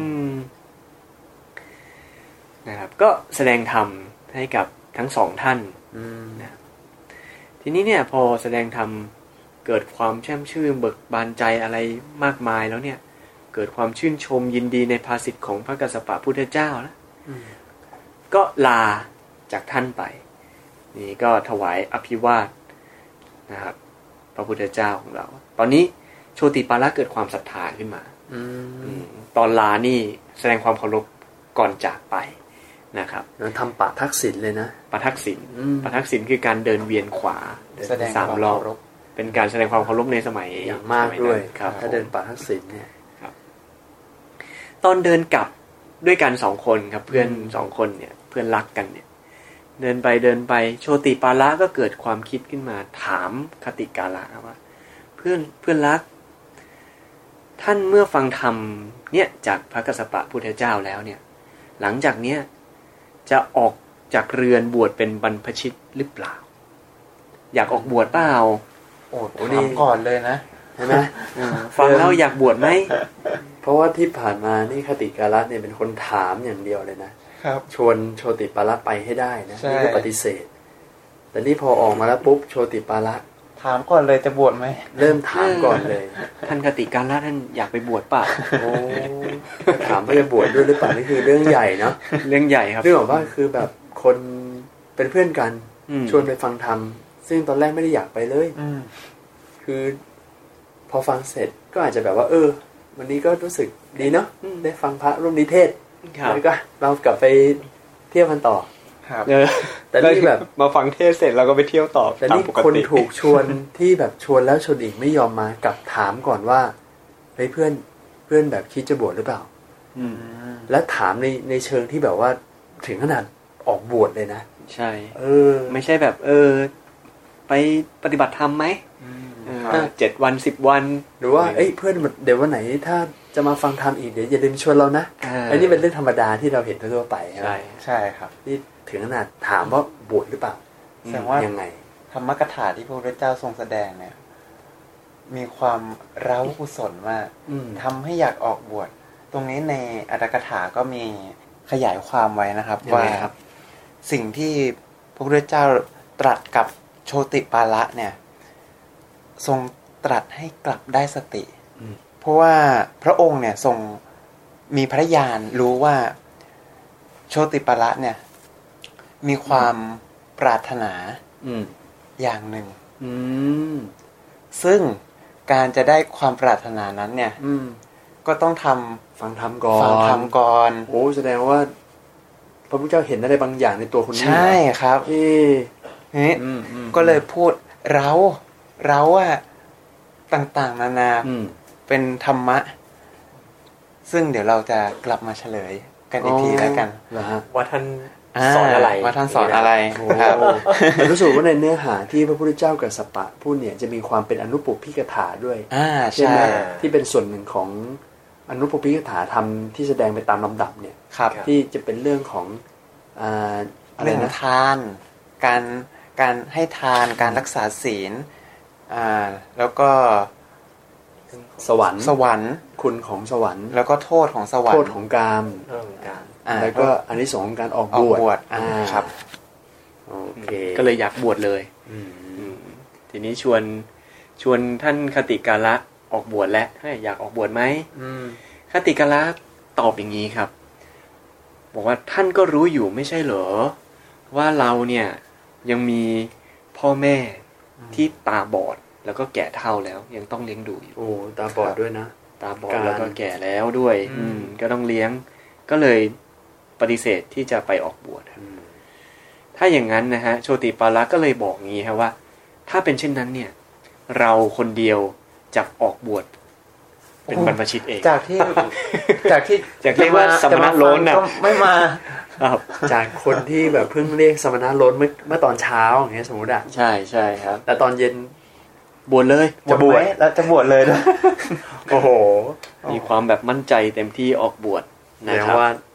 นะครับก็แสดงธรรมให้กับทั้งสองท่านนะทีนี้เนี่ยพอแสดงธรรมเกิดความแช่มชื่นเบิกบานใจอะไรมากมายแล้วเนี่ยเกิดความชื่นชมยินดีในภาสิทธิ์ของพระกัสสปะพุทธเจ้าแล้วก็ลาจากท่านไปนี่ก็ถวายอภิวาทนะครับพระพุทธเจ้าของเราตอนนี้โชติปาละเกิดความศรัทธาขึ้นมาตอนลานี่แสดงความเคารพก่อนจากไปนะครับแล้วทำปะทักษิณเลยนะปะทักษิณปะทักษิณคือการเดินเวียนขวาแสดงสามรอบเป็นการแสดงความเคารพในสมัยอย่างมากด้วยครับถ้าเดินปะทักษิณเนี่ยครับตอนเดินกลับด้วยกันสองคนครับเพื่อนสองคนเนี่ยเพื่อนรักกันเนี่ยเดินไปเดินไปโชติปาละก็เกิดความคิดขึ้นมาถามคติกาละว่าเพื่อนเพื่อนรักท่านเมื่อฟังธรรมเนี่ยจากพระกัสสปะพุทธเจ้าแล้วเนี่ยหลังจากเนี้ยจะออกจากเรือนบวชเป็นบรรพชิตหรือเปล่าอยากออกบวชเปล่าโอ้ถามก่อนเลยนะใช่ไหมฟังแล้วอยากบวชไหมเพราะว่าที่ผ่านมานี่คติกาละเนี่ยเป็นคนถามอย่างเดียวเลยนะครับชวนโชติปาละไปให้ได้นะนี่ก็ปฏิเสธแต่นี่พอออกมาแล้วปุ๊บโชติปาละถามก่อนเลยจะบวชไหมเริ่มถามก่อนเลยท่านคติกาละท่านอยากไปบวชเปล่าโอ้ถามเพื่อจะบวชด้วยหรือเปล่านี่คือเรื่องใหญ่เนาะเรื่องใหญ่ครับเรื่องของว่าคือแบบคนเป็นเพื่อนกันชวนไปฟังธรรมซึ่งตอนแรกไม่ได้อยากไปเลยคือพอฟังเสร็จก็อาจจะแบบว่าเออวันนี้ก็รู้สึกดีเนาะได้ฟังพระร่วมนิเทศแล้วก็เรากลับไปเที่ยวกันต่อแต่นี่แบบมาฟังเทศเสร็จเราก็ไปเที่ยวต่อแต่นี่คนถูกชวนที่แบบชวนแล้วชวนอีกไม่ยอมมากลับถามก่อนว่าเฮ้ยเพื่อนเพื่อนแบบคิดจะบวชหรือเปล่าแล้วถามในในเชิงที่แบบว่าถึงขนาดออกบวชเลยนะใช่เออไม่ใช่แบบเออไปปฏิบัติธรรมไหมเจ็ดวันสิบวันหรือว่าเอ้ยเพื่อนเดี๋ยววันไหนถ้าจะมาฟังธรรมอีกเดี๋ยวอย่าลืมชวนเรานะอันนี้เป็นเรื่องธรรมดาที่เราเห็นทั่วไปใช่ใช่ครับนี่ถึงขนาดถามว่าบวชหรือเปล่าแสดงว่ายังไงธรรมกถาที่พระพุทธเจ้าทรงแสดงเนี่ยมีความเร้ากุศลมากทำให้อยากออกบวชตรงนี้ในอัตถกถาก็มีขยายความไว้นะครับว่าสิ่งที่พระพุทธเจ้าตรัสกับโชติปาละเนี่ยทรงตรัสให้กลับได้สติเพราะว่าพระองค์เนี่ยทรงมีพระญาณรู้ว่าโชติปาละเนี่ยมีความปรารถนาอย่างหนึ่งซึ่งการจะได้ความปรารถนานั้นเนี่ยก็ต้องทำฟังธรรมก่อนฟังธรรมก่อนโอ้แสดงว่าพระพุทธเจ้าเห็นอะไรบางอย่างในตัวคนนี้ใช่ครับที่นี่ก็เลยพูดเราเราอะต่างๆนานาเป็นธรรมะซึ่งเดี๋ยวเราจะกลับมาเฉลยกันอีกทีแล้วกันว่าท่านสอนอะไรว่าท่านสอนอะไรครับรู้สึกว่าในเนื้อหาที่พระพุทธเจ้ากัสสปะพูดเนี่ยจะมีความเป็นอนุปปิกถาด้วยใช่ไหมที่เป็นส่วนหนึ่งของอนุปปิกถาธรรมที่แสดงไปตามลำดับเนี่ยที่จะเป็นเรื่องของเรื่องทานการการให้ทานการรักษาศีลแล้วก็สวรรค์สวรรค์คุณของสวรรค์แล้วก็โทษของสวรรค์โทษของกามแล้วก็อานิสงส์ของการออกบวชครับโอเคก็เลยอยากบวชเลยทีนี้ชวนชวนท่านคติกาละออกบวชแล้วอยากออกบวชไหมคติกาละตอบอย่างนี้ครับบอกว่าท่านก็รู้อยู่ไม่ใช่เหรอว่าเราเนี่ยยังมีพ่อแม่ที่ตาบอดแล้วก็แก่เฒ่าแล้วยังต้องเลี้ยงดูอยู่โอ้ตาบอดด้วยนะตาบอดแล้วก็แก่แล้วด้วยอืมก็ต้องเลี้ยงก็เลยปฏิเสธที่จะไปออกบวชถ้าอย่างนั้นนะฮะโชติปาละก็เลยบอกงี้ครับว่าถ้าเป็นเช่นนั้นเนี่ยเราคนเดียวจะออกบวชเป็นบรรพชิตเองจากที่จากที่จากเรียกว่าสมณะโล้นนะไม่มาครับจากคนที่แบบเพิ่งเรียกสมณะโล้นเมื่อเมื่อตอนเช้าอย่างเงี้ยสมมติอ่ะใช่ใช่ครับแต่ตอนเย็นบวชเลยจะบวชแล้วจะบวชเลยนะโอ้โหมีความแบบมั่นใจเต็มที่ออกบวชนะครับว่า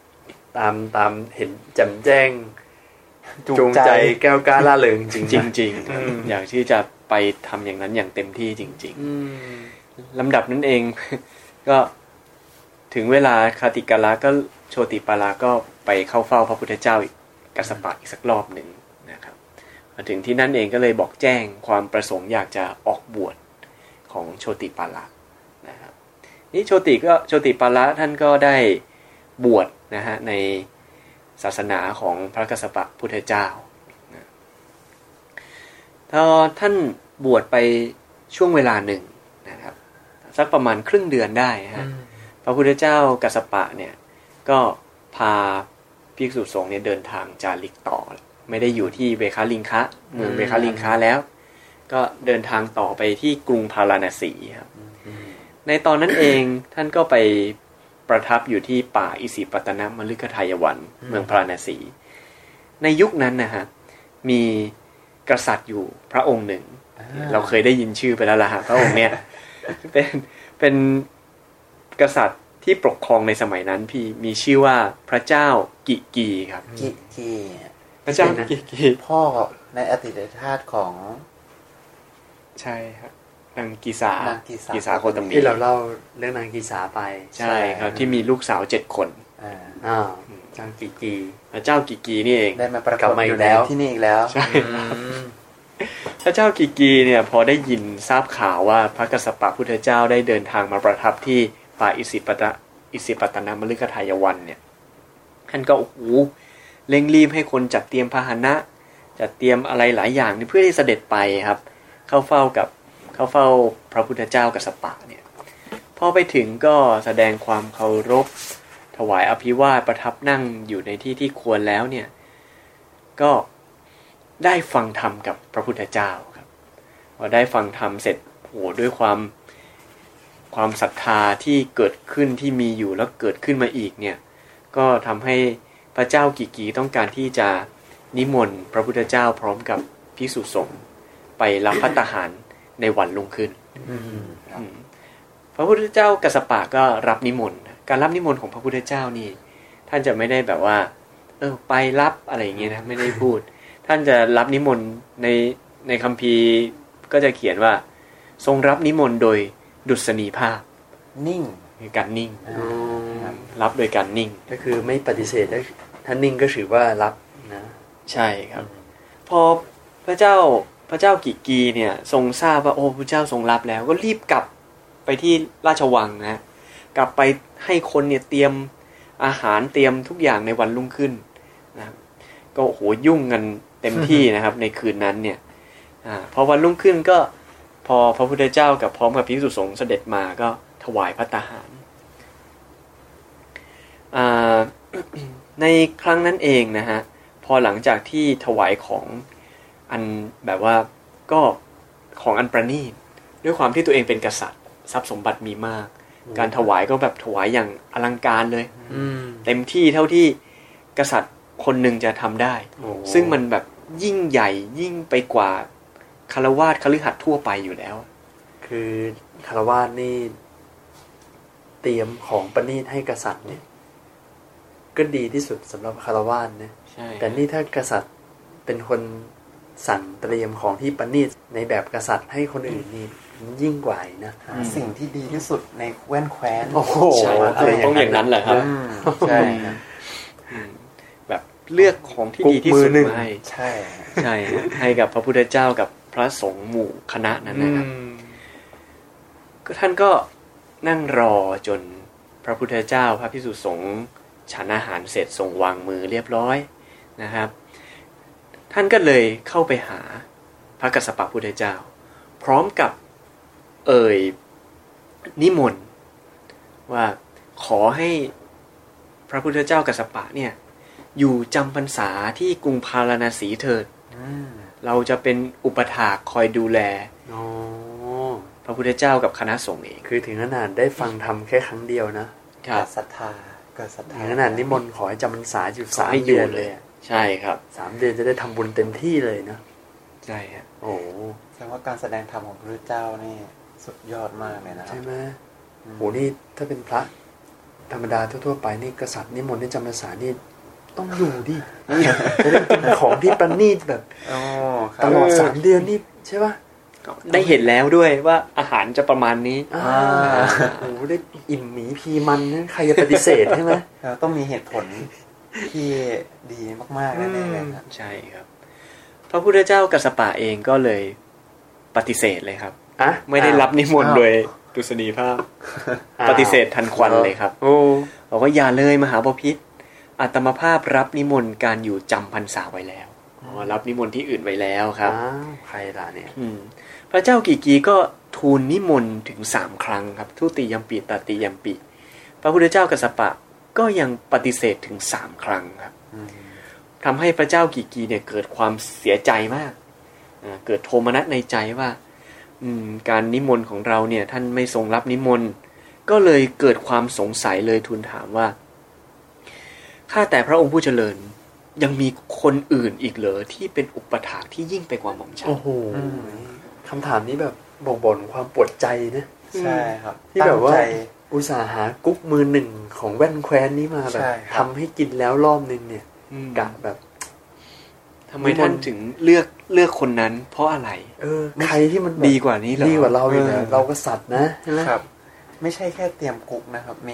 ตามตามเห็นแจ่มแจ้งจูงใจแก้วกล้าล่าเริงจริงจริงจริงอยากที่จะไปทำอย่างนั้นอย่างเต็มที่จริงๆลำดับนั้นเอง ก็ถึงเวลาคาติกาละก็โชติปาละก็ไปเข้าเฝ้าพระพุทธเจ้าอีกกัสสปะอีกสักรอบหนึ่งนะครับมาถึงที่นั่นเองก็เลยบอกแจ้งความประสงค์อยากจะออกบวชของโชติปาละนะครับนี่โชติก็โชติปาละท่านก็ได้บวชนะฮะในศาสนาของพระกัสสปะพุทธเจ้านะพอท่านบวชไปช่วงเวลาหนึ่งนะครับสักประมาณครึ่งเดือนได้ฮะพระพุทธเจ้ากัสสปะเนี่ยก็พาภิกษุสงฆ์เนี่ยเดินทางจาริกต่อไม่ได้อยู่ที่เวคาลิงคะเมืองเวคาลิงคะแล้วก็เดินทางต่อไปที่กรุงพาราณสีครับในตอนนั้นเองท่านก็ไปประทับอยู่ที่ป่าอิสิปตนมฤคทายวันเมืองพาราณสีในยุคนั้นนะฮะมีกษัตริย์อยู่พระองค์หนึ่งเราเคยได้ยินชื่อไปแล้วล่ะฮะพระองค์เนี่ยเป็นเป็นกษัตริย์ที่ปกครองในสมัยนั้นพี่มีชื่อว่าพระเจ้ากิกีครับกิกีพระเจ้ากิกีพ่อในอดีตชาติของใช่ครับนางกีสากีสาโคตมีที่เราเล่าเรื่องนางกีสาไปใช่ครับที่มีลูกสาวเจ็ดคนอ่าอ่าเจ้ากิกีพระเจ้ากิกีนี่เองได้มาประกอบอยู่แล้วที่นี่อีกแล้วใช่ครับพระเจ้ากิกีเนี่ยพอได้ยินทราบข่าวว่าพระกัสสปะพุทธเจ้าได้เดินทางมาประทับที่ป่าอิสิปตะอิสิปตนมฤคทายวันเนี่ยท่านก็โอ้โหเร่งรีบให้คนจัดเตรียมพาหนะจัดเตรียมอะไรหลายอย่างเพื่อที่เสด็จไปครับเข้าเฝ้ากับเข้าเฝ้าพระพุทธเจ้ากัสสปะเนี่ยพอไปถึงก็แสดงความเคารพถวายอภิวาทประทับนั่งอยู่ในที่ที่ควรแล้วเนี่ยก็ได้ฟังธรรมกับพระพุทธเจ้าครับพอได้ฟังธรรมเสร็จโอ้ด้วยความความศรัทธาที่เกิดขึ้นที่มีอยู่แล้วเกิดขึ้นมาอีกเนี่ยก็ทำให้พระเจ้ากิกีต้องการที่จะนิมนต์พระพุทธเจ้าพร้อมกับภิกษุสงฆ์ไปรับภัตตาหารในวันรุ่งขึ้นพระพุทธเจ้ากัสสปะก็รับนิมนต์การรับนิมนต์ของพระพุทธเจ้านี่ท่านจะไม่ได้แบบว่าเออไปรับอะไรอย่างเงี้ยนะไม่ได้พูดท่านจะรับนิมนต์ในในคัมภีร์ก็จะเขียนว่าทรงรับนิมนต์โดยดุษณีภาพนิ่งคือการนิ่งรับโดยการนิ่งก็คือไม่ปฏิเสธถ้านิ่งก็ถือว่ารับนะใช่ครับพอพระเจ้าพระเจ้ากิกีเนี่ยทรงทราบว่าโอ้พระเจ้าทรงรับแล้วก็รีบกลับไปที่ราชวังนะกลับไปให้คนเนี่ยเตรียมอาหารเตรียมทุกอย่างในวันรุ่งขึ้นนะก็โหยุ่งกันเต็มที่นะครับ ในคืนนั้นเนี่ยอ่าพอวันรุ่งขึ้นก็พอพระพุทธเจ้ากับพร้อมกับภิกษุสงฆ์เสด็จมาก็ถวายภัตตาหารอ่า ในครั้งนั้นเองนะฮะพอหลังจากที่ถวายของอันแบบว่าก็ของอันประณีตด้วยความที่ตัวเองเป็นกษัตริย์ทรัพย์สมบัติมีมากการถวายก็แบบถวายอย่างอลังการเลยเต็มที่เท่าที่กษัตริย์คนหนึ่งจะทำได้ซึ่งมันแบบยิ่งใหญ่ยิ่งไปกว่าคฤหัสถ์คฤหัสถ์ทั่วไปอยู่แล้วคือคฤหัสถ์นี่เตรียมของประณีตให้กษัตริย์เนี่ยก็ดีที่สุดสำหรับคฤหัสถ์นะแต่นี่ถ้ากษัตริย์เป็นคนสั่งเตรียมของที่ประณีตในแบบกษัตริย์ให้คนอื่นนี่ยิ่งกว่านะสิ่งที่ดีที่สุดในแว่นแคว้นโอ้โหต้องอย่างนั้นแหละครับใช่แบบเลือกของที่ดีที่สุดมาให้ใช่ใช่ให้กับพระพุทธเจ้ากับพระสงฆ์หมู่คณะนั้นนะครับก็ท่านก็นั่งรอจนพระพุทธเจ้าพระภิกษุสงฆ์ฉันอาหารเสร็จทรงวางมือเรียบร้อยนะครับท่านก็เลยเข้าไปหาพระกัสสปะพุทธเจ้าพร้อมกับเอ่ยนิมนต์ว่าขอให้พระพุทธเจ้ากัสสปะเนี่ยอยู่จำพรรษาที่กรุงพาราณสีเถิดเราจะเป็นอุปถากคอยดูแลพระพุทธเจ้ากับคณะสงฆ์เองคือถึงขนาดได้ฟังธรรมแค่ครั้งเดียวนะเกิดศรัทธาเกิดศรัทธาถึงขนาดนิมนต์ขอให้จำพรรษาอยู่สามเดือนเลยใช่ครับสามเดือนจะได้ทำบุญเต็มที่เลยนะใช่ครับโอ้แสดงว่าการแสดงธรรมของพระพุทธเจ้านี่สุดยอดมากเลยนะใช่ไหมโอ้นี่ถ้าเป็นพระธรรมดาทั่วๆไปนี่กษัตริย์นิมนต์ให้จำพรรษานี่ต้องอยู่ดิจะได้กินของที่ประณีตแบบตลอดสามเดือนนี่ใช่ป่ะได้เห็นแล้วด้วยว่าอาหารจะประมาณนี้โอ้โหได้อิ่มหมีพีมันนะใครจะปฏิเสธใช่ไหมต้องมีเหตุผลที่ดีมากๆแน่ๆเลยครับใช่ครับพระพุทธเจ้ากัสสปะเองก็เลยปฏิเสธเลยครับไม่ได้รับนิมนต์โดยดุษฎีภาพปฏิเสธทันควันเลยครับโอ้บอกว่าอย่าเลยมหาบพิตรอาตมาภาพรับนิมนต์การอยู่จำพรรษาไว้แล้วรับนิมนต์ที่อื่นไว้แล้วครับใครล่ะเนี่ยพระเจ้ากิกีก็ทูลนิมนต์ถึงสามครั้งครับทุติยัมปิตติยัมปิพระพุทธเจ้ากัสสปะก็ยังปฏิเสธถึงสามครั้งครับทำให้พระเจ้ากิกีเนี่ยเกิดความเสียใจมากเกิดโทมนัสในใจว่าการนิมนต์ของเราเนี่ยท่านไม่ทรงรับนิมนต์ก็เลยเกิดความสงสัยเลยทูลถามว่าข้าแต่พระองค์ผู้เจริญยังมีคนอื่นอีกเหรอที่เป็นอุปถากที่ยิ่งไปกว่าหม่อมฉันโอ้โหคำถามนี้แบบบ่งบอกความปวดใจนะใช่ครับที่แบบว่าอุตสาหากุ๊กมือหนึ่งของแว่นแคว้นนี้มาแบบทำให้กินแล้วรอบนึงเนี่ยกะแบบทำไมท่านถึงเลือกเลือกคนนั้นเพราะอะไรเออใครที่มันดีกว่านี้ดีกว่าเราอยู่แล้วเราก็สัตว์นะใช่ไหมครับไม่ใช่แค่เตรียมกุ๊กนะครับมี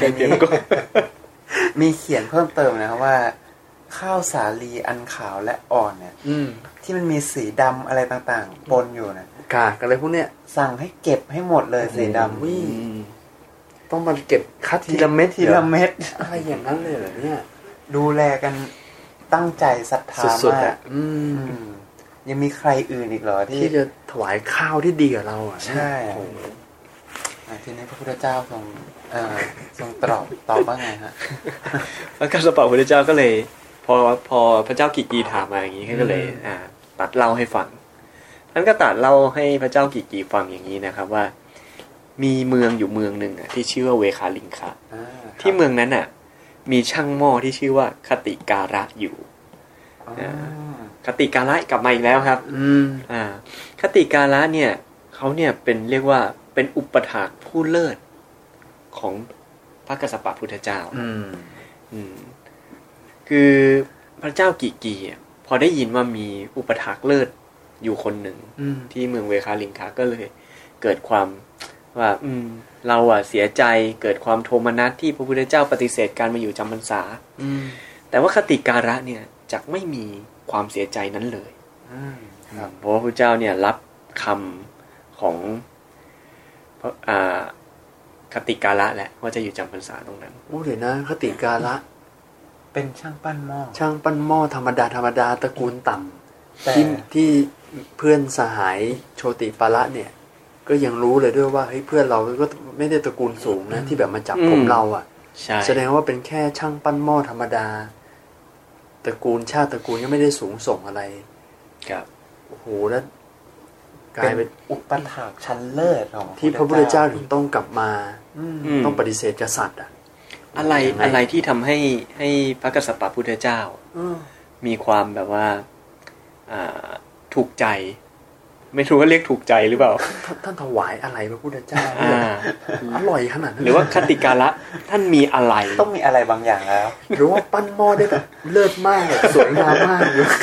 มีเขียนเพิ่มเติมนะครับว่าข้าวสาลีอันขาวและอ่อนเนี่ยที่มันมีสีดำอะไรต่างๆปนอยู่นะกากอะไรพวกเนี้ยสั่งให้เก็บให้หมดเลยสีดำวิ่งต้องมาเก็บคัดทีละเม็ดทีละเม็ดอะไรอย่างนั้นเลยเหรอเนี่ยดูแลกันตั้งใจศรัทธามากยังมีใครอื่นอีกเหรอที่ที่จะถวายข้าวที่ดีกับเราอ่ะใช่ทีนี้พระพุทธเจ้าทรงทรงตอบตอบว่าไงฮะพระกัสสปะพุทธเจ้าก็เลยพอพอพระเจ้ากิกีถามมาอย่างนี้ก็เลยอ่าตัดเล่าให้ฟังท่านก็ตัดเล่าให้พระเจ้ากิกีฟังอย่างนี้นะครับว่ามีเมืองอยู่เมืองหนึ่งอ่ะที่ชื่อว่าเวคาลิงคะที่เมืองนั้นอ่ะมีช่างหม้อที่ชื่อว่าคติการะอยู่คติการะกลับมาอีกแล้วครับอ่าคติการะเนี่ยเขาเนี่ยเป็นเรียกว่าเป็นอุปถากผู้เลิศของพระกัสสปะพุทธเจ้าอืมอืมคือพระเจ้ากิกีพอได้ยินว่ามีอุปถากเลิศอยู่คนหนึ่งที่เมืองเวคาลิงคะก็เลยเกิดความว่าอืมเราอ่ะเสียใจเกิดความโทมนัสที่พระพุทธเจ้าปฏิเสธการมาอยู่จำพรรษาแต่ว่าคติการะเนี่ยจักไม่มีความเสียใจนั้นเลยเพราะว่าพระเจ้าเนี่ยรับคำของอ่าคติการะแหละว่าจะอยู่จำพรรษาตรงนั้นโอ้เดี๋ยวนะคติการะเป็นช่างปั้นหม้อช่างปั้นหม้อธรรมดาธรรมดาตระกูลต่ำที่ที่เพื่อนสหายโชติปาระเนี่ยก็ยังรู้เลยด้วยว่าเฮ้ยเพื่อนเราก็ไม่ได้ตระกูลสูงนะที่แบบมาจับผมเราอ่ะแสดงว่าเป็นแค่ช่างปั้นหม้อธรรมดาตระกูลชาติตระกูลก็ไม่ได้สูงส่งอะไรครับโอ้โหแล้วกลายเป็นอุปถากชั้นเลิศของที่พระพุทธเจ้าถึงต้องกลับมาต้องปฏิเสธกษัตริย์อ่ะอะไรอะไรที่ทำให้ให้พระกัสสปะพุทธเจ้ามีความแบบว่าถูกใจไม่รู้ว่าเรียกถูกใจหรือเปล่าท่านถวายอะไรพระพุทธเจ้าอร่อยขนาดนั้นหรือว่าคติการะท่านมีอะไรต้องมีอะไรบางอย่างแล้วหรือว่าปั้นหม้อได้แบบเลิศมากสวยงามมาก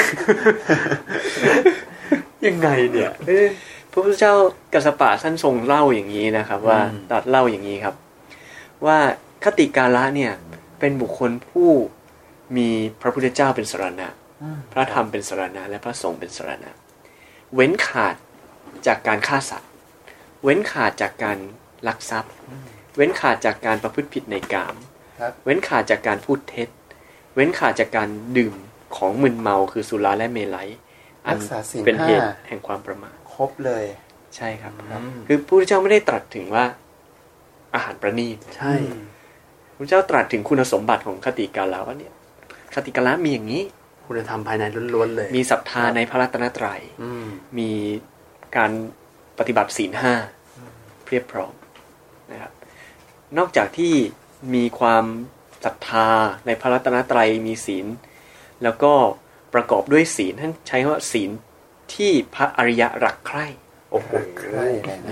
ยังไงเนี่ยพระพุทธเจ้ากัสสปะท่านทรงเล่าอย่างนี้นะครับว่าตัดเล่าอย่างนี้ครับว่าคติการะเนี่ยเป็นบุคคลผู้มีพระพุทธเจ้าเป็นสรณะพระธรรมเป็นสรณะและพระสงฆ์เป็นสรณะเว้นขาดจากการฆ่าสัตว์เว้นขาดจากการลักทรัพย์เว้นขาดจากการประพฤติผิดในกามเว้นขาดจากการพูดเท็จเว้นขาดจากการดื่มของมึนเมาคือสุราและเมลัยอันเป็นเหตุแห่งความประมาทครบเลยใช่ครับคือพระพุทธเจ้าไม่ได้ตรัสถึงว่าอาหารประณีตใช่พระเจ้าตรัสถึงคุณสมบัติของคติการะว่าเนี่ยคติการะมีอย่างนี้คุณธรรมภายในล้วนๆเลยมีศรัทธาในพระรัตนตรัยมีการปฏิบัติศีลห้าเพียบพร้อมนะครับนอกจากที่มีความศรัทธาในพระรัตนตรัยมีศีลแล้วก็ประกอบด้วยศีลท่านใช้ว่าศีลที่พระอริยะรักใคร่โอ้โหใคร่นะ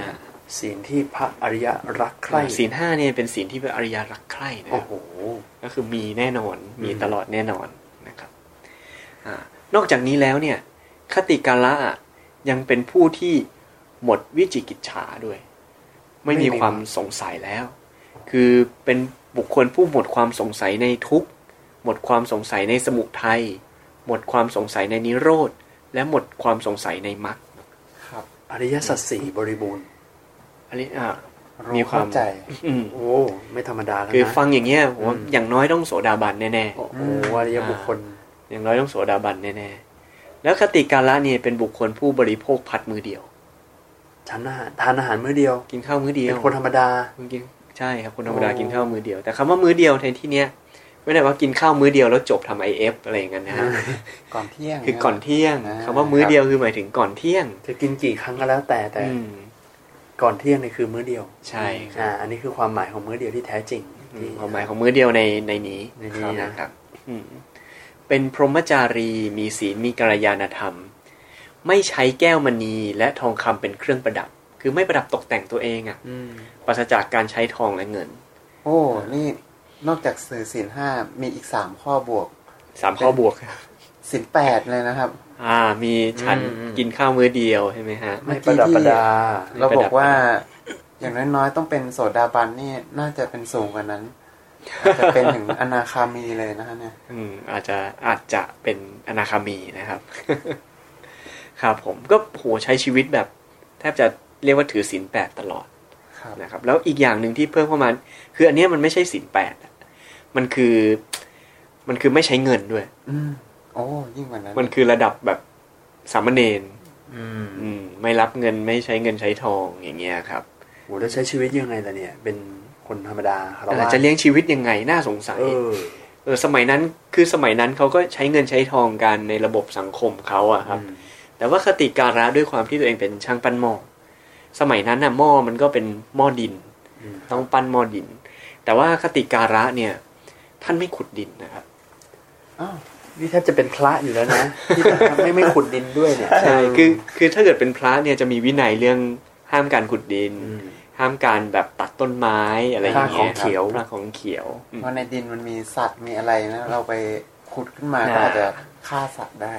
ศีลที่พระอริยะรักใคร่ศีลห้าเนี่ยเป็นศีลที่พระอริยะรักใคร่นะโอ้โหก็คือมีแน่นอนมีตลอดแน่นอนนะครับอ่านอกจากนี้แล้วเนี่ยคติกาละยังเป็นผู้ที่หมดวิจิกิจฉาด้วยไม่มีความสงสัยแล้วคือเป็นบุคคลผู้หมดความสงสัยในทุกข์หมดความสงสัยในสมุทัยหมดความสงสัยในนิโรธและหมดความสงสัยในมรรคครับอริยสัจสี่บริบูรณ์อันนี้อ่ามีความใจโอ้ไม่ธรรมดาแล้วนะคือฟังอย่างเงี้ยผมอย่างน้อยต้องโสดาบันแน่ๆโอ้โหอริยบุคคลอย่างน้อยต้องโสดาบันแน่ๆแล้วคติกาละเนี่ยเป็นบุคคลผู้บริโภคพัดมือเดียวฉันอาหารทานอาหารมื้อเดียวกินข้าวมื้อเดียวเป็นคนธรรมดากินใช่ครับคนธรรมดากินข้าวมื้อเดียวแต่คำว่ามื้อเดียวในที่เนี้ยไม่ได้ว่ากินข้าวมื้อเดียวแล้วจบทำ ไอ เอฟ อะไรอย่างนั้นนะฮะก่อนเที่ยงคือก่อนเที่ยงคำว่ามื้อเดียวคือหมายถึงก่อนเที่ยงจะกินกี่ครั้งก็แล้วแต่แต่ก่อนเที่ยงนี่คือมื้อเดียวใช่อ่าอันนี้คือความหมายของมื้อเดียวที่แท้จริงความหมายของมื้อเดียวในในนี้ในนี้นะครับเป็นพรหมจารีมีศีลมีกัลยาณธรรมไม่ใช้แก้วมณีและทองคำเป็นเครื่องประดับคือไม่ประดับตกแต่งตัวเองอ่ะปราศจากการใช้ทองและเงินโอ้นี่นอกจากสื่อศีลห้ามีอีกสามข้อบวกสามข้อบวกศีลแปดเลยนะครับอ่ามีฉันกินข้าวมื้อเดียวใช่ไหมฮะไม่ประดับประดาเราบอกว่าอย่างน้อยๆต้องเป็นโสดาบันนี่น่าจะเป็นสูงกว่านั้นอาจจะเป็นถึงอนาคามีเลยนะฮะเนี่ยอืมอาจจะอาจจะเป็นอนาคามีนะครับครับผมก็โหใช้ชีวิตแบบแทบจะเรียกว่าถือศีลแปดตลอดนะครับแล้วอีกอย่างหนึ่งที่เพิ่มเข้ามาคืออันนี้มันไม่ใช่ศีลแปดมันคือมันคือไม่ใช้เงินด้วยอืมโอ้ยิ่งกว่านั้นมันคือระดับแบบสามเณรอืมอืมไม่รับเงินไม่ใช้เงินใช้ทองอย่างเงี้ยครับโหแล้วใช้ชีวิตยังไงล่ะเนี่ยเป็นคนธรรมดาเราจะเลี้ยงชีวิตยังไงน่าสงสัยเออเออสมัยนั้นคือสมัยนั้นเขาก็ใช้เงินใช้ทองกันในระบบสังคมเขาอะครับแต่ว่าคติการะด้วยความที่ตัวเองเป็นช่างปั้นหม้อสมัยนั้นน่ะหม้อมันก็เป็นหม้อดินต้องปั้นหม้อดินแต่ว่าคติการะเนี่ยท่านไม่ขุดดินนะครับอ้าวนี่แทบจะเป็นพระอยู่แล้วนะที่ไม่ไม่ขุดดินด้วยเนี่ยใช่คือคือถ้าเกิดเป็นพระเนี่ยจะมีวินัยเรื่องห้ามการขุดดินห้ามการแบบตัดต้นไม้อะไรอย่างเงี้ยของเขียวพระของเขียวเพราะในดินมันมีสัตว์มีอะไรนะเราไปขุดขึ้นมาก็อาจจะฆ่าสัตว์ได้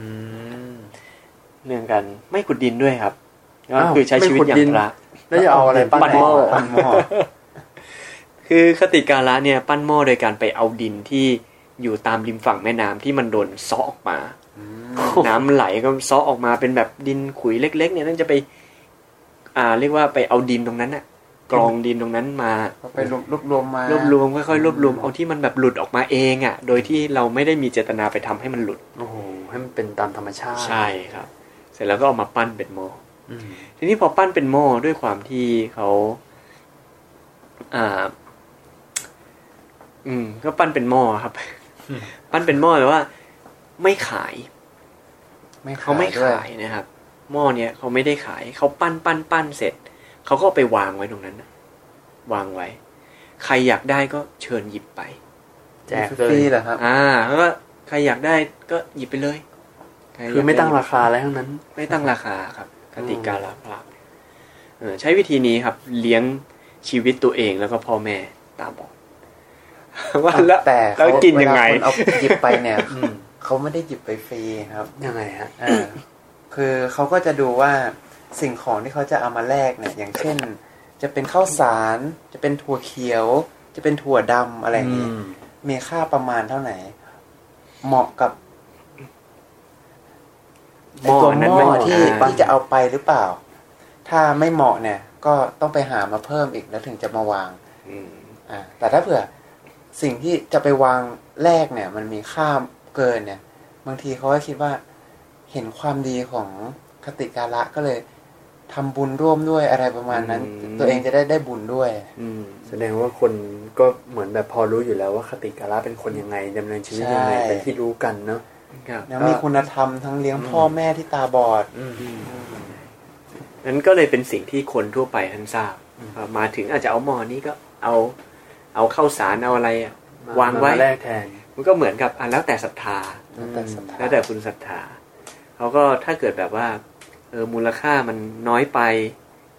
เรื่องกันไม่ขุดดินด้วยครับก็คือใช้ชีวิตอย่างพระแล้วจะเอาอะไรปั้นหม้อปั้นหม้อคือคติกาละเนี่ยปั้นหม้อโดยการไปเอาดินที่อยู่ตามริมฝั่งแม่น้ำที่มันโดนเซาะออกมาน้ำไหลก็เซาะออกมาเป็นแบบดินขุยเล็กๆเนี่ยนั่นจะไปอ่าเรียกว่าไปเอาดินตรงนั้นน่ะกรองดินตรงนั้นมาไปรวบรวมมารวบรวมค่อยๆรวบรวมเอาที่มันแบบหลุดออกมาเองอ่ะโดยที่เราไม่ได้มีเจตนาไปทำให้มันหลุดโอ้โหให้มันเป็นตามธรรมชาติใช่ครับเสร็จแล้วก็เอามาปั้นเป็นหม้อทีนี้พอปั้นเป็นหม้อด้วยความที่เขาอ่าอืมก็ปั้นเป็นหม้อครับปั้นเป็นหม้อแต่ว่าไม่ขายเขาไม่ขายนะครับหม้อเนี้ยเขาไม่ได้ขายเขาปั้นปั้นปั้นเสร็จเขาก็ไปวางไว้ตรงนั้นนะวางไว้ใครอยากได้ก็เชิญหยิบไปแจกฟรีเหรอครับอ่าแล้วก็ใครอยากได้ก็หยิบไปเลยคือไม่ตั้งราคาอะไรทั้งนั้นไม่ตั้งราคาครับกติกาละพระใช้วิธีนี้ครับเลี้ยงชีวิตตัวเองแล้วก็พ่อแม่ตาบอดว่าแล้วแต่แล้วกินยังไงเอาหยิบไปเนี่ยเขาไม่ได้หยิบไปฟรีครับยังไงฮะอ่าคือเขาก็จะดูว่าสิ่งของที่เขาจะเอามาแลกเนี่ยอย่างเช่นจะเป็นข้าวสารจะเป็นถั่วเขียวจะเป็นถั่วดำอะไรอย่างนี้มีค่าประมาณเท่าไหร่เหมาะกับตัวหม้อที่ที่จะเอาไปหรือเปล่าถ้าไม่เหมาะเนี่ยก็ต้องไปหามาเพิ่มอีกแล้วถึงจะมาวางอ่าแต่ถ้าเผื่อสิ่งที่จะไปวางแรกเนี่ยมันมีค่าเกินเนี่ยบางทีเขาก็คิดว่าเห็นความดีของคติกาละก็เลยทำบุญร่วมด้วยอะไรประมาณนั้นตัวเองจะได้ได้บุญด้วยแสดงว่าคนก็เหมือนแบบพอรู้อยู่แล้วว่าคติกาละเป็นคนยังไงดำเนินชีวิตยังไงเป็นที่รู้กันเนาะแล้วมีคุณธรรมทั้งเลี้ยงพ่อแม่ที่ตาบอดนั้นก็เลยเป็นสิ่งที่คนทั่วไปท่านทราบมาถึงอาจจะเอาหม้อนี้ก็เอาเอาข้าวสารเอาอะไรวางไว้แลกแทนมันก็เหมือนกับอ่ะแล้วแต่ศรัทธาแล้วแต่คุณศรัทธาเขาก็ถ้าเกิดแบบว่าเออมูลค่ามันน้อยไป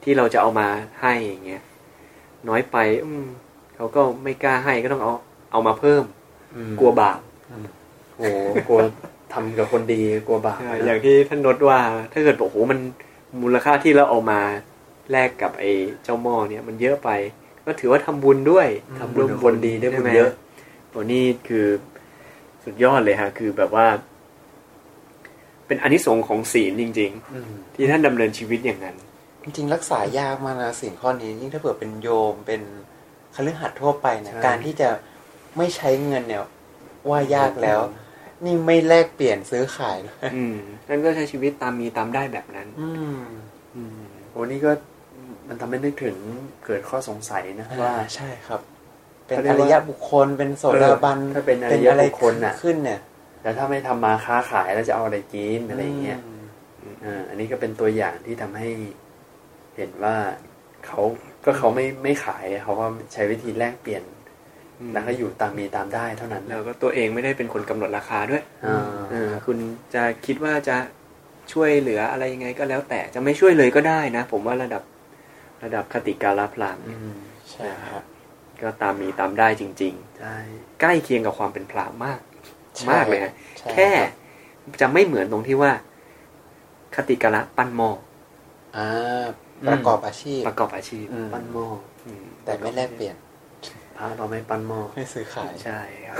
ที่เราจะเอามาให้อย่างเงี้ยน้อยไปอืมเขาก็ไม่กล้าให้ก็ต้องเอาเอามาเพิ่มกลัวบาปโอ้กลัวทำกับคนดีกลัวบาปอย่างที่ท่านนดว่าถ้าเกิดบอกโอ้โหมันมูลค่าที่เราเอามาแลกกับไอ้เจ้าหม้อเนี่ยมันเยอะไปก็ถือว่าทำบุญด้วยทำบุญคนดีได้บุญเยอะตัวนี้คือสุดยอดเลยฮะคือแบบว่าเป็นอานิสงส์ของศีลจริงๆที่ท่านดำเนินชีวิตอย่างนั้นจริงๆรักษายากมากนะศีลข้อนี้ยิ่งถ้าเผื่อเป็นโยมเป็นคฤหัสถ์ทั่วไปนะการที่จะไม่ใช้เงินเนี่ยว่ายากแล้วนี่ไม่แลกเปลี่ยนซื้อขายเลยอืมนั่นก็ใช้ชีวิตตามมีตามได้แบบนั้นอืมอืมโอ้นี่ก็มันทำให้นึกถึงเกิดข้อสงสัยนะว่าใช่ครับเป็นอริยบุคคลเป็นโสดาบันถ้าเป็นอริยบุคคลน่ะขึ้นเนี่ยแต่ถ้าไม่ทำมาค้าขายแล้วจะเอาอะไรกินอะไรเงี้ยอ่าอันนี้ก็เป็นตัวอย่างที่ทำให้เห็นว่าเขาก็เขาไม่ไม่ขายเขาก็ใช้วิธีแลกเปลี่ยนแล้วก็อยู่ตามมีตามได้เท่านั้นแล้วก็ตัวเองไม่ได้เป็นคนกำหนดราคาด้วยอ่าคุณจะคิดว่าจะช่วยเหลืออะไรยังไงก็แล้วแต่จะไม่ช่วยเลยก็ได้นะผมว่าระดับระดับคติกาลพราหมณ์ใช่ครับก็ตามมีตามได้จริงๆใช่ใกล้เคียงกับความเป็นพราหมณ์มากมากเลยฮะแค่จะไม่เหมือนตรงที่ว่าคติกาละปั้นหม้ออ่าประกอบอาชีพประกอบอาชีพปั้นหม้อแต่ไม่แลกเปลี่ยนพระเราไม่ปั้นหม้อไม่ซื้อขายใช่ครับ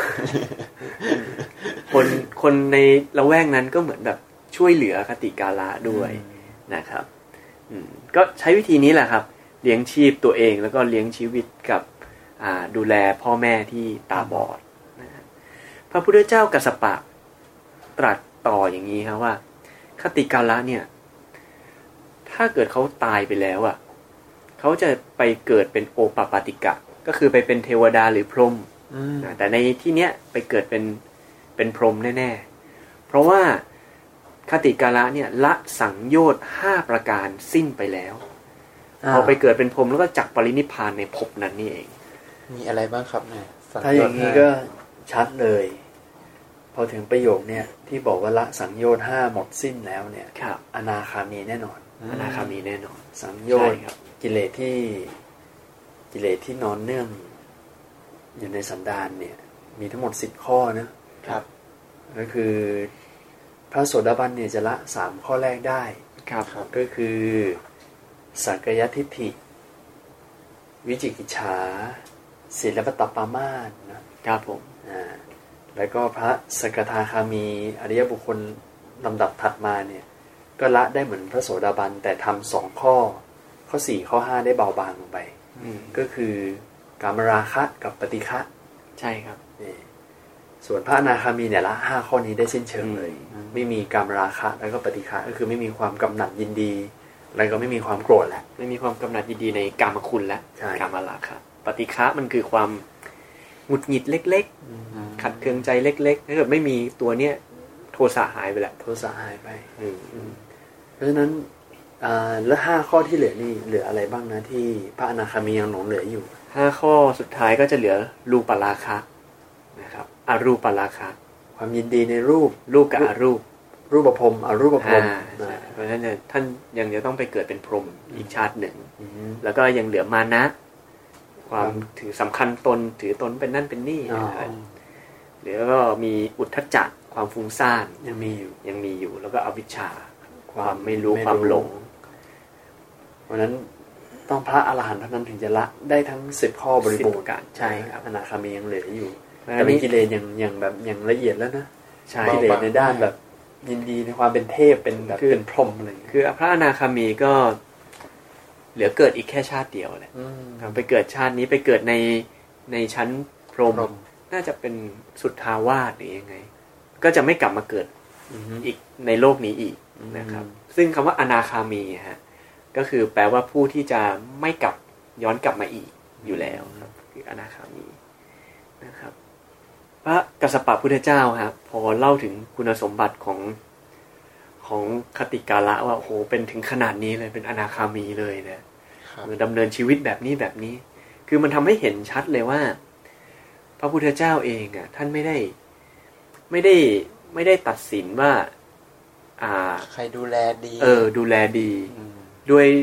คนคนในละแวกนั้นก็เหมือนแบบช่วยเหลือคติกาละด้วยนะครับก็ใช้วิธีนี้แหละครับเลี้ยงชีพตัวเองแล้วก็เลี้ยงชีวิตกับดูแลพ่อแม่ที่ตาบอดนะพระพุทธเจ้ากัสสปะตรัสต่ออย่างนี้ครับว่าคติกาละเนี่ยถ้าเกิดเขาตายไปแล้วอ่ะเขาจะไปเกิดเป็นโอปปาติกะก็คือไปเป็นเทวดาหรือพรหมแต่ในที่เนี้ยไปเกิดเป็นเป็นพรหมแน่ๆเพราะว่าคติกาละเนี่ยละสังโยชน์ห้าประการสิ้นไปแล้วพอไปเกิดเป็นพรหมแล้วก็จักปรินิพพานในภพนั้นนี่เองมีอะไรบ้างครับเนี่ยถ้าอย่างนี้ก็ชัดเลยพอถึงประโยคเนี่ยที่บอกว่าละสังโยชน์ห้าหมดสิ้นแล้วเนี่ยอนาคามีแน่นอนอนาคามีแน่นอนสังโยชน์กิเลสที่กิเลสที่นอนเนื่องอยู่ในสันดานเนี่ยมีทั้งหมดสิบข้อนะครับก็คือพระโสดาบันเนี่ยจะละสามข้อแรกได้ครับก็คือสักกายทิฏฐิวิจิกิจฉาศีลปตปามาสนะครับผมอ่าแล้วก็พระสกทาคามีอริยบุคคลลำดับถัดมาเนี่ยก็ละได้เหมือนพระโสดาบันแต่ทำสองข้อข้อสี่ข้อห้าได้เบาบางลงไปก็คือกามราคะกับปฏิฆะใช่ครับส่วนพระอนาคามีเนี่ยละห้าข้อนี้ได้สิ้นเชิงเลยไม่มีกามราคะแล้วก็ปฏิฆะก็คือไม่มีความกำหนัดยินดีแล้วก็ไม่มีความโกรธแล้วไม่มีความกำหนัดยินดีในกามคุณแล้วกามราคะปฏิฆะมันคือความหงุดหงิดเล็กๆขัดเคืองใจเล็กๆถ้าเกิดไม่มีตัวเนี้ยโทสะหายไปแล้วโทสะหายไปเพราะฉะนั้นแล้วห้าข้อที่เหลือนี่เหลืออะไรบ้างนะที่พระอนาคามียังหลงเหลืออยู่ห้าข้อสุดท้ายก็จะเหลือรูปราคะนะครับอรูปราคะความยินดีในรูปรูปกับอรูปรูปพรหมอรูปพรหมเพราะฉะนั้นท่านยังจะต้องไปเกิดเป็นพรหมอีกชาติหนึ่งแล้วก็ยังเหลือมานะความถือสำคัญตนถือตนเป็นนั่นเป็นนี่หรือก็มีอุทธัจจะความฟุ้งซ่านยังมีอยู่ยังมีอยู่แล้วก็อวิชชาความไม่รู้ความหลงเพราะนั้นต้องพระอรหันต์เท่านั้นถึงจะละได้ทั้งสิบข้อบริบูรณ์กันใช่ครับอนาคามียังเหลืออยู่แต่เป็นกิเลสอย่างอย่างแบบอย่างละเอียดแล้วนะกิเลสในด้านแบบยินดีในความเป็นเทพเป็นแบบเป็นพรหมอะไรคือพระอนาคามีก็เหลือเกิดอีกแค่ชาติเดียวแหละไปเกิดชาตินี้ไปเกิดในในชั้นพรหมน่าจะเป็นสุทธาวาสหรือยังไงก็จะไม่กลับมาเกิดอีกในโลกนี้อีกนะครับซึ่งคำว่าอนาคามีฮะก็คือแปลว่าผู้ที่จะไม่กลับย้อนกลับมาอีกอยู่แล้วครับคืออนาคามีนะครับพระกัสสปะพุทธเจ้าครับพอเล่าถึงคุณสมบัติของของคติกาละว่าโอ้โหเป็นถึงขนาดนี้เลยเป็นอนาคามีเลยนะดำเนินชีวิตแบบนี้แบบนี้คือมันทำให้เห็นชัดเลยว่าพระพุทธเจ้าเองอ่ะท่านไม่ได้ไม่ได้ไม่ได้ตัดสินว่าอ่าใครดูแลดีเออดูแลดีด้วย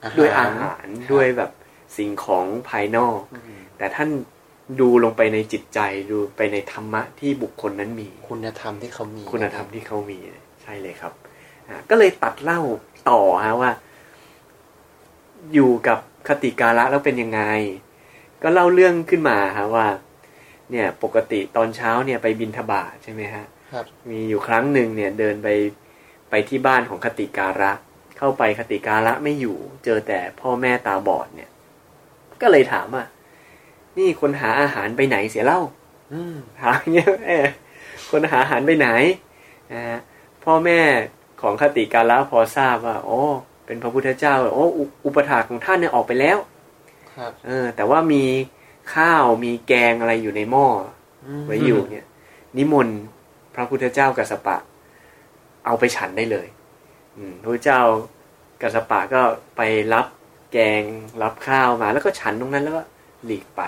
ด้วยอาหารด้วยแบบสิ่งของภายนอกแต่ท่านดูลงไปในจิตใจดูไปในธรรมะที่บุคคลนั้นมีคุณธรรมที่เขามีคุณธรรมที่เขามีใช่เลยครับก็เลยตัดเล่าต่อฮะว่าอยู่กับคติกาละแล้วเป็นยังไงก็เล่าเรื่องขึ้นมาฮะว่าเนี่ยปกติตอนเช้าเนี่ยไปบิณฑบาตใช่ไหมฮะครับมีอยู่ครั้งหนึ่งเนี่ยเดินไปไปที่บ้านของคติการะเข้าไปคติการะไม่อยู่เจอแต่พ่อแม่ตาบอดเนี่ยก็เลยถามว่านี่คนหาอาหารไปไหนเสียเล่าถามเงี้ยเออคนหาอาหารไปไหนนะฮะพ่อแม่ของคติการะพอทราบว่าโอ้เป็นพระพุทธเจ้าโอ้อุปถากของท่านเนี่ยออกไปแล้วครับเออแต่ว่ามีข้าวมีแกงอะไรอยู่ในหม้อไว้อยู่เนี่ยนิมนต์พระพุทธเจ้ากัสสปะเอาไปฉันได้เลยอืมพระเจ้ากัสสปะก็ไปรับแกงรับข้าวมาแล้วก็ฉันตรงนั้นแล้วก็หลีกไป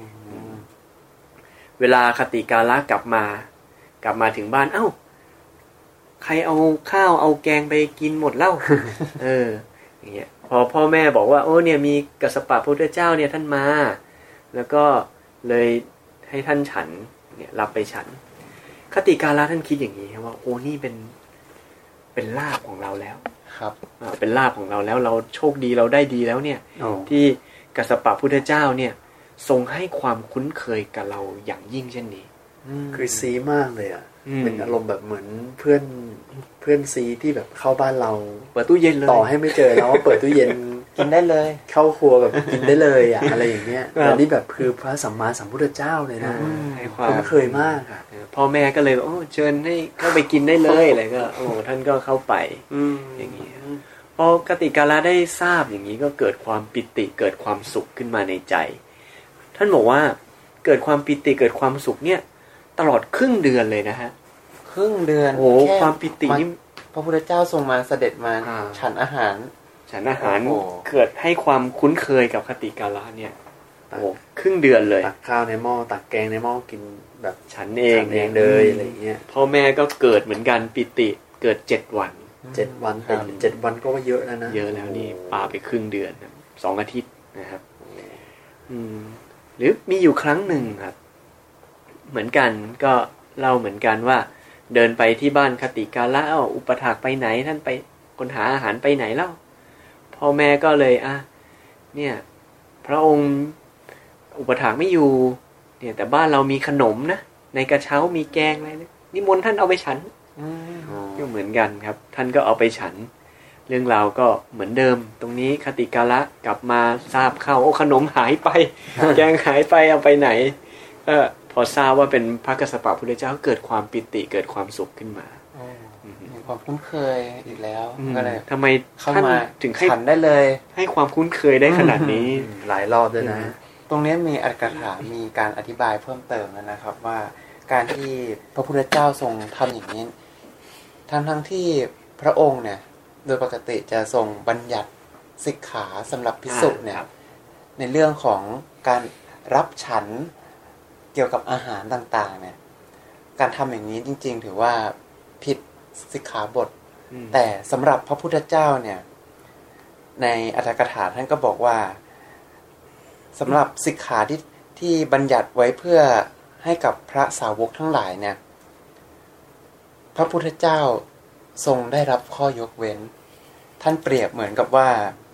เวลาคติกาละกลับมากลับมาถึงบ้านเอ้าใครเอาข้าวเอาแกงไปกินหมดเล่า เอออย่างเงี้ยพอพ่อแม่บอกว่าโอ้เนี่ยมีกัสสปะพระพุทธเจ้าเนี่ยท่านมาแล้วก็เลยให้ท่านฉันเนี่ยรับไปฉันคติกาละท่านคิดอย่างนี้ว่าโอ้นี่เป็นเป็นลาภของเราแล้วครับเป็นลาภของเราแล้วเราโชคดีเราได้ดีแล้วเนี่ยที่กัสสปะพุทธเจ้าเนี่ยทรงให้ความคุ้นเคยกับเราอย่างยิ่งเช่นนี้คือซีมากเลยอ่ะเป็นอารมณ์แบบเหมือนเพื่อนเพื่อนซีที่แบบเข้าบ้านเราเปิดตู้เย็นเลยต่อให้ไม่เจอแล้วเปิดตู้เย็นกินได้เลยเข้าครัวแบบกินได้เลยอ่ะอะไรอย่างเงี้ยแต่นี่แบบคือพระสัมมาสัมพุทธเจ้าเลยนะให้ความคุ้นเคยมากอ่ะพ่อแม่ก็เลยโอ้เชิญให้เข้าไปกินได้เลยอะไรก็โอ้ท่านก็เข้าไปอย่างนี้พอคติกาละได้ทราบอย่างนี้ก็เกิดความปิติเกิดความสุขขึ้นมาในใจท่านบอกว่าเกิดความปิติเกิดความสุขเนี่ยตลอดครึ่งเดือนเลยนะฮะครึ่งเดือนโอ้ความปิตินี่พระพุทธเจ้าทรงมาเสด็จมาฉันอาหารฉันอาหารเกิดให้ความคุ้นเคยกับคติกาละเนี่ยโอ้ครึ่งเดือนเลยตักข้าวในหม้อตักแกงในหม้อกินแบบฉันเองเองเลยอะไรเงี้ยพ่อแม่ก็เกิดเหมือนกันปิติเกิดเจ็ดวันเจ็ดวันแต่เจ็ดวันก็ว่าเยอะแล้วนะเยอะแล้วนี่ปาไปครึ่งเดือนสองอาทิตย์นะครับอืมหรือมีอยู่ครั้งหนึ่งครับเหมือนกันก็เล่าเหมือนกันว่าเดินไปที่บ้านคติกาละอ้าวอุปถากไปไหนท่านไปคนหาอาหารไปไหนเล่าพ่อแม่ก็เลยอ่ะเนี่ยพระองค์อุปถากไม่อยู่เนี่ยแต่บ้านเรามีขนมนะในกระเช้ามีแกงอะไรนะนิมนต์ท่านเอาไปฉันก็เหมือนกันครับท่านก็เอาไปฉันเรื่องราวก็เหมือนเดิมตรงนี้คติกาละกลับมาทราบเข้าโอ้ขนมหายไป แกงหายไปเอาไปไหนก็พอทราบว่าเป็นพระกัสสปะพุทธเจ้าเกิดความปิติเกิดความสุขขึ้นมามีความคุ้นเคยอีกแล้วก็เลยทำไมท่านถึงให้ฉันได้เลยให้ความคุ้นเคยได้ขนาดนี้หลายรอบด้วยนะตรงนี้มีอัตถกถามีการอธิบายเพิ่มเติมนะครับว่าการที่พระพุทธเจ้าทรงทำอย่างนี้ทั้งทั้งที่พระองค์เนี่ยโดยปกติจะทรงบัญญัติสิกขาสำหรับภิกษุเนี่ยในเรื่องของการรับฉันเกี่ยวกับอาหารต่างๆเนี่ยการทำอย่างนี้จริงๆถือว่าผิดสิกขาบทแต่สำหรับพระพุทธเจ้าเนี่ยในอัตถกถาท่านก็บอกว่าสำหรับสิกขาที่ที่บัญญัติไว้เพื่อให้กับพระสาวกทั้งหลายเนี่ยพระพุทธเจ้าทรงได้รับข้อยกเว้นท่านเปรียบเหมือนกับว่า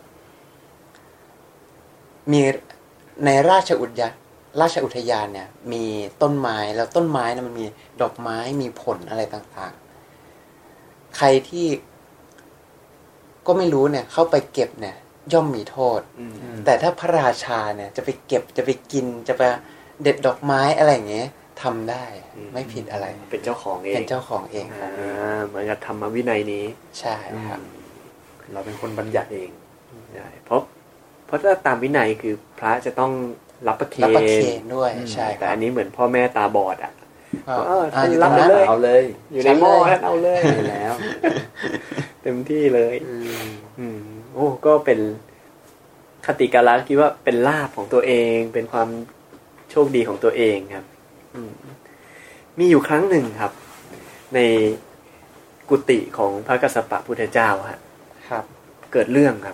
มีในราชอุทยานราชอุทยานเนี่ยมีต้นไม้แล้วต้นไม้นะมันมีดอกไม้มีผลอะไรต่างๆใครที่ก็ไม่รู้เนี่ยเข้าไปเก็บเนี่ยย่อมมีโทษแต่ถ้าพระราชาเนี่ยจะไปเก็บจะไปกินจะไปเด็ดดอกไม้อะไรอย่างเงี้ยทำได้ไม่ผิดอะไรเป็นเจ้าของเองเป็นเจ้าของเองเหมือนกับธรรมวินัยนี้ใช่ครับเราเป็นคนบัญญัติเองใช่เพราะเพราะถ้าตามวินัยคือพระจะต้องรับประเคนรับประเคนด้วยใช่แต่อันนี้เหมือนพ่อแม่ตาบอดอ่ะท่านรับเลยเอาเลยอยู่ในหม้อท่านเอาเลยแล้วเต็มที่เลยอืมโอ้ก็เป็นคติกาละคิดว่าเป็นลาภของตัวเองเป็นความโชคดีของตัวเองครับมีอยู่ครั้งหนึ่งครับในกุฏิของพระกัสสปะพุทธเจ้าฮะครับเกิดเรื่องครับ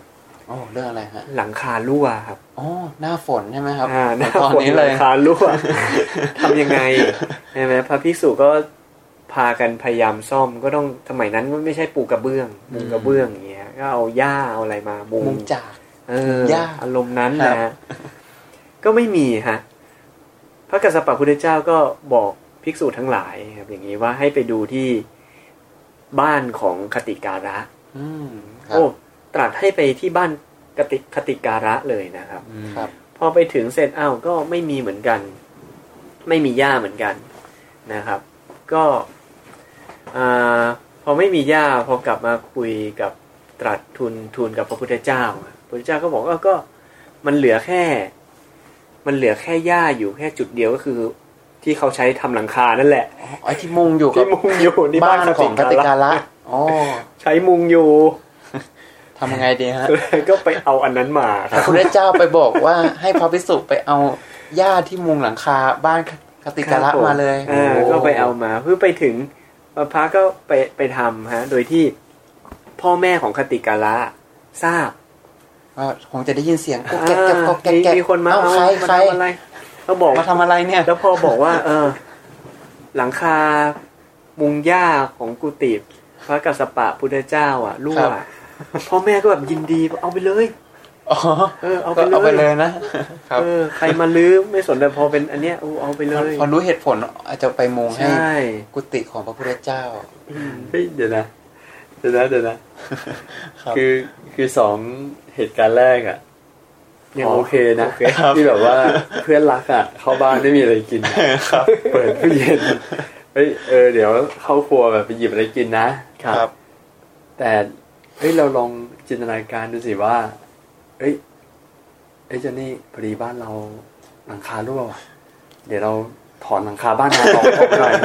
อ๋อเรื่องอะไรฮะหลังคารั่วครับอ๋อหน้าฝนใช่ไหมครับอ่าหน้าตอนฝนนี้หเลลัยงคารั่ว ทำยังไงใช่ไหมพระภิกษุก็พากันพยายามซ่อมก็ต้องสมัยนั้นไม่ใช่ปูกระเบื้องมุงกระเบื้องอย่างเงี้ยก็เอาหญ้าเอาอะไรมามุงมุงจากเออหญ้าอารมณ์นั้นนะฮะก็ไม่มีฮะพระกัสสปะพุทธเจ้าก็บอกภิกษุทั้งหลายครับอย่างนี้ว่าให้ไปดูที่บ้านของคติการะอืมโอ้ตรัสให้ไปที่บ้านคติคติการะเลยนะครับครับพอไปถึงเสร็จอ้าวก็ไม่มีเหมือนกันไม่มีหญ้าเหมือนกันนะครับก็อ่าพอไม่มีหญ้าพอกลับมาคุยกับตรัสทูลทูลกับพระพุทธเจ้าพระพุทธเจ้าก็บอกว่าก็มันเหลือแค่มันเหลือแค่หญ้าอยู่แค่จุดเดียวก็คือที่เขาใช้ทำหลังคานั่นแหละอ๋อไอ้ที่มุงอยู่ที่มุงอยู่ที่บ้านของคติการะอ๋อใช้มุงอยู่ทำยังไงดีฮะก็ไปเอาอันนั้นมาพระพุทธเจ้าไปบอกว่าให้พระภิกษุไปเอาหญ้าที่มุงหลังคาบ้านคติการะมาเลยอ่าก็ไปเอามาเพื่อไปถึงพระก็ไปไปทำฮะโดยที่พ่อแม่ของคติการะทราบว่าคงจะได้ยินเสียงก็แก๊กก็แก๊กมีคนมาเอาใครใครอะไรเขาบอกมาทำอะไรเนี่ยแล้วพอบอกว่าเออหลังคามุงหญ้าของกุฏิพระกัสสปะพุทธเจ้าอ่ะรั่วพ่อแม่ก็แบบยินดีเอาไปเลยอ๋อเออเอาไปเลยเอาไปเลยนะครับเออใครมาลื้อไม่สนแต่พอเป็นอันเนี้ยเอาไปเลยพอรู้เหตุผลอาจจะไปมุงให้กุฏิของพระพุทธเจ้าเฮ้ยเดี๋ยวนะเดี๋ยวนะเดี๋ยวนะคือคือสองเหตุการณ์แรกอ่ะยังโอเคนะที่แบบว่าเพื่อนรักอ่ะเข้าบ้านไม่มีอะไรกินเปิดตู้เย็นเฮ้ยเออเดี๋ยวเข้าครัวแบบไปหยิบอะไรกินนะครับแต่เฮ้ยเราลองจินตนาการดูสิว่าเอ้ยเอ้ยเจนี่พอดีบ้านเราหลังคารั่วเดี๋ยวเราถอนหลังคาบ้านเราออกหน่อย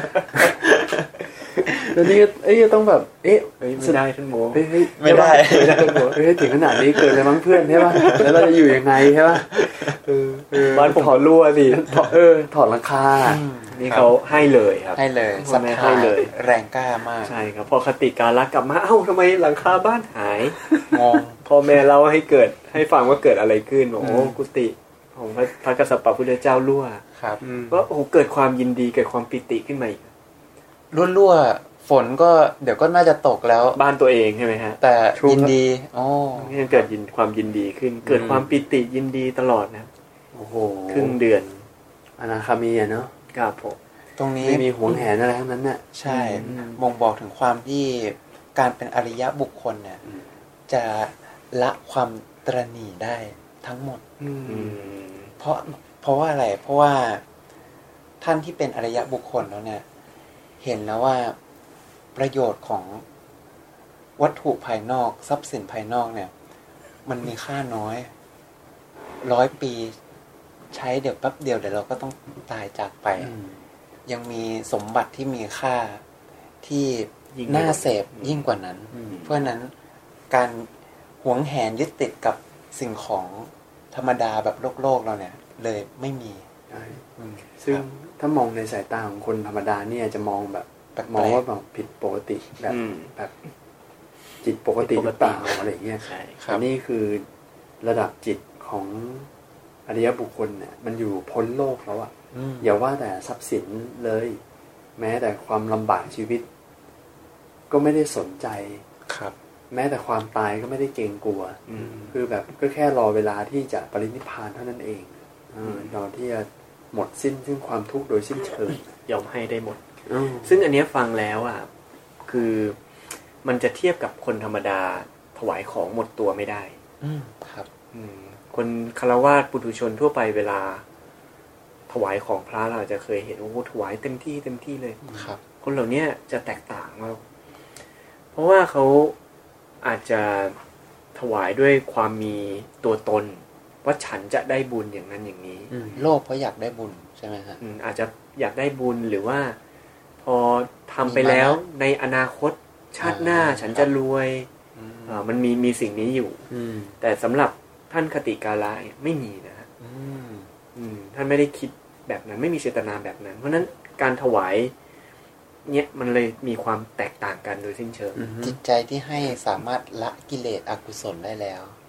แล้วนี่เอ้ยต้องแบบเอ๊ะไม่ได้ท่านโมเฮ้ยไม่ได้ไม่ได้ท่านโมเฮ้ยถึงขนาดนี้เกินเลยมั้งเพื่อนใช่ป่ะแล้วเราจะอยู่ยังไงใช่ป่ะเออบ้านผมถอนรั่วสิเออถอนหลังคานี่เขาให้เลยครับให้เลยสัมให้เลยแรงกล้ามากใช่ครับพอคติการะกลับมาเอ้าทำไมหลังคาบ้านหายงงพ่อแม่เล่าให้เกิดให้ฟังว่าเกิดอะไรขึ้นโอ้กุฏิของพระกัสสปะพุทธเจ้ารั่วครับก็โอ้เกิดความยินดีเกิดความปิติขึ้นมาอีกรั่วๆฝนก็เดี๋ยวก็น่าจะตกแล้วบ้านตัวเองใช่ไหมฮะแต่ยินดีอ๋อยังเกิดยินความยินดีขึ้นเกิดความปิติยินดีตลอดนะโอ้โหครึ่งเดือนอนาคามีอ่ะเนาะครับผมตรงนี้ไม่มีหวงแหนอะไรทั้งนั้นน่ะใช่บ่งบอกถึงความที่การเป็นอริยะบุคคลเนี่ยจะละความตระหนี่ได้ทั้งหมดเพราะเพราะว่าอะไรเพราะว่าท่านที่เป็นอริยะบุคคลแล้วเนี่ยเห็นแล้วว่าประโยชน์ของวัตถุภายนอกทรัพย์สินภายนอกเนี่ยมันมีค่าน้อยร้อยปีใช้เดี๋ยวแป๊บเดียวเดี๋ยวเราก็ต้องตายจากไปยังมีสมบัติที่มีค่าที่น่าเสพยิ่งกว่านั้นเพราะนั้นการหวงแหนยึดติดกับสิ่งของธรรมดาแบบโลกโลกเราเนี่ยเลยไม่มีซึ่งถ้ามองในสายตาของคนธรรมดาเนี่ยจะมองแบบมองว่าแบบผิดปกติแบบแบบจิตปกติหรือเปล่าอะไรเงี้ยอันนี้คือระดับจิตของอริยบุคคลเนี่ยมันอยู่พ้นโลกแล้วอ่ะอย่าว่าแต่ทรัพย์สินเลยแม้แต่ความลำบากชีวิตก็ไม่ได้สนใจครับแม้แต่ความตายก็ไม่ได้เกรงกลัวคือแบบก็แค่รอเวลาที่จะปรินิพพานเท่านั้นเองรอที่จะหมดสิ้นซึ่งความทุกข์โดยสิ้นเชิงยอมให้ได้หมดซึ่งอันนี้ฟังแล้วอ่ะคือมันจะเทียบกับคนธรรมดาถวายของหมดตัวไม่ได้ครับคนฆราวาสปุถุชนทั่วไปเวลาถวายของพระเราจะเคยเห็นว่าถวายเต็มที่เต็มที่เลยครับคนเหล่านี้จะแตกต่างมากเพราะว่าเขาอาจจะถวายด้วยความมีตัวตนว่าฉันจะได้บุญอย่างนั้นอย่างนี้โลภเพราะอยากได้บุญใช่ไหมครับอาจจะอยากได้บุญหรือว่าพอทำไปแล้วในอนาคตชาติหน้าฉันจะรวยมันมีมีสิ่งนี้อยู่แต่สำหรับท่านคติการะไม่มีนะท่านไม่ได้คิดแบบนั้นไม่มีเจตนาแบบนั้นเพราะนั้นการถวายเนี่ยมันเลยมีความแตกต่างกันโดยสิ้นเชิงจิตใจที่ให้สามารถละกิเลสอกุศลได้แล้ว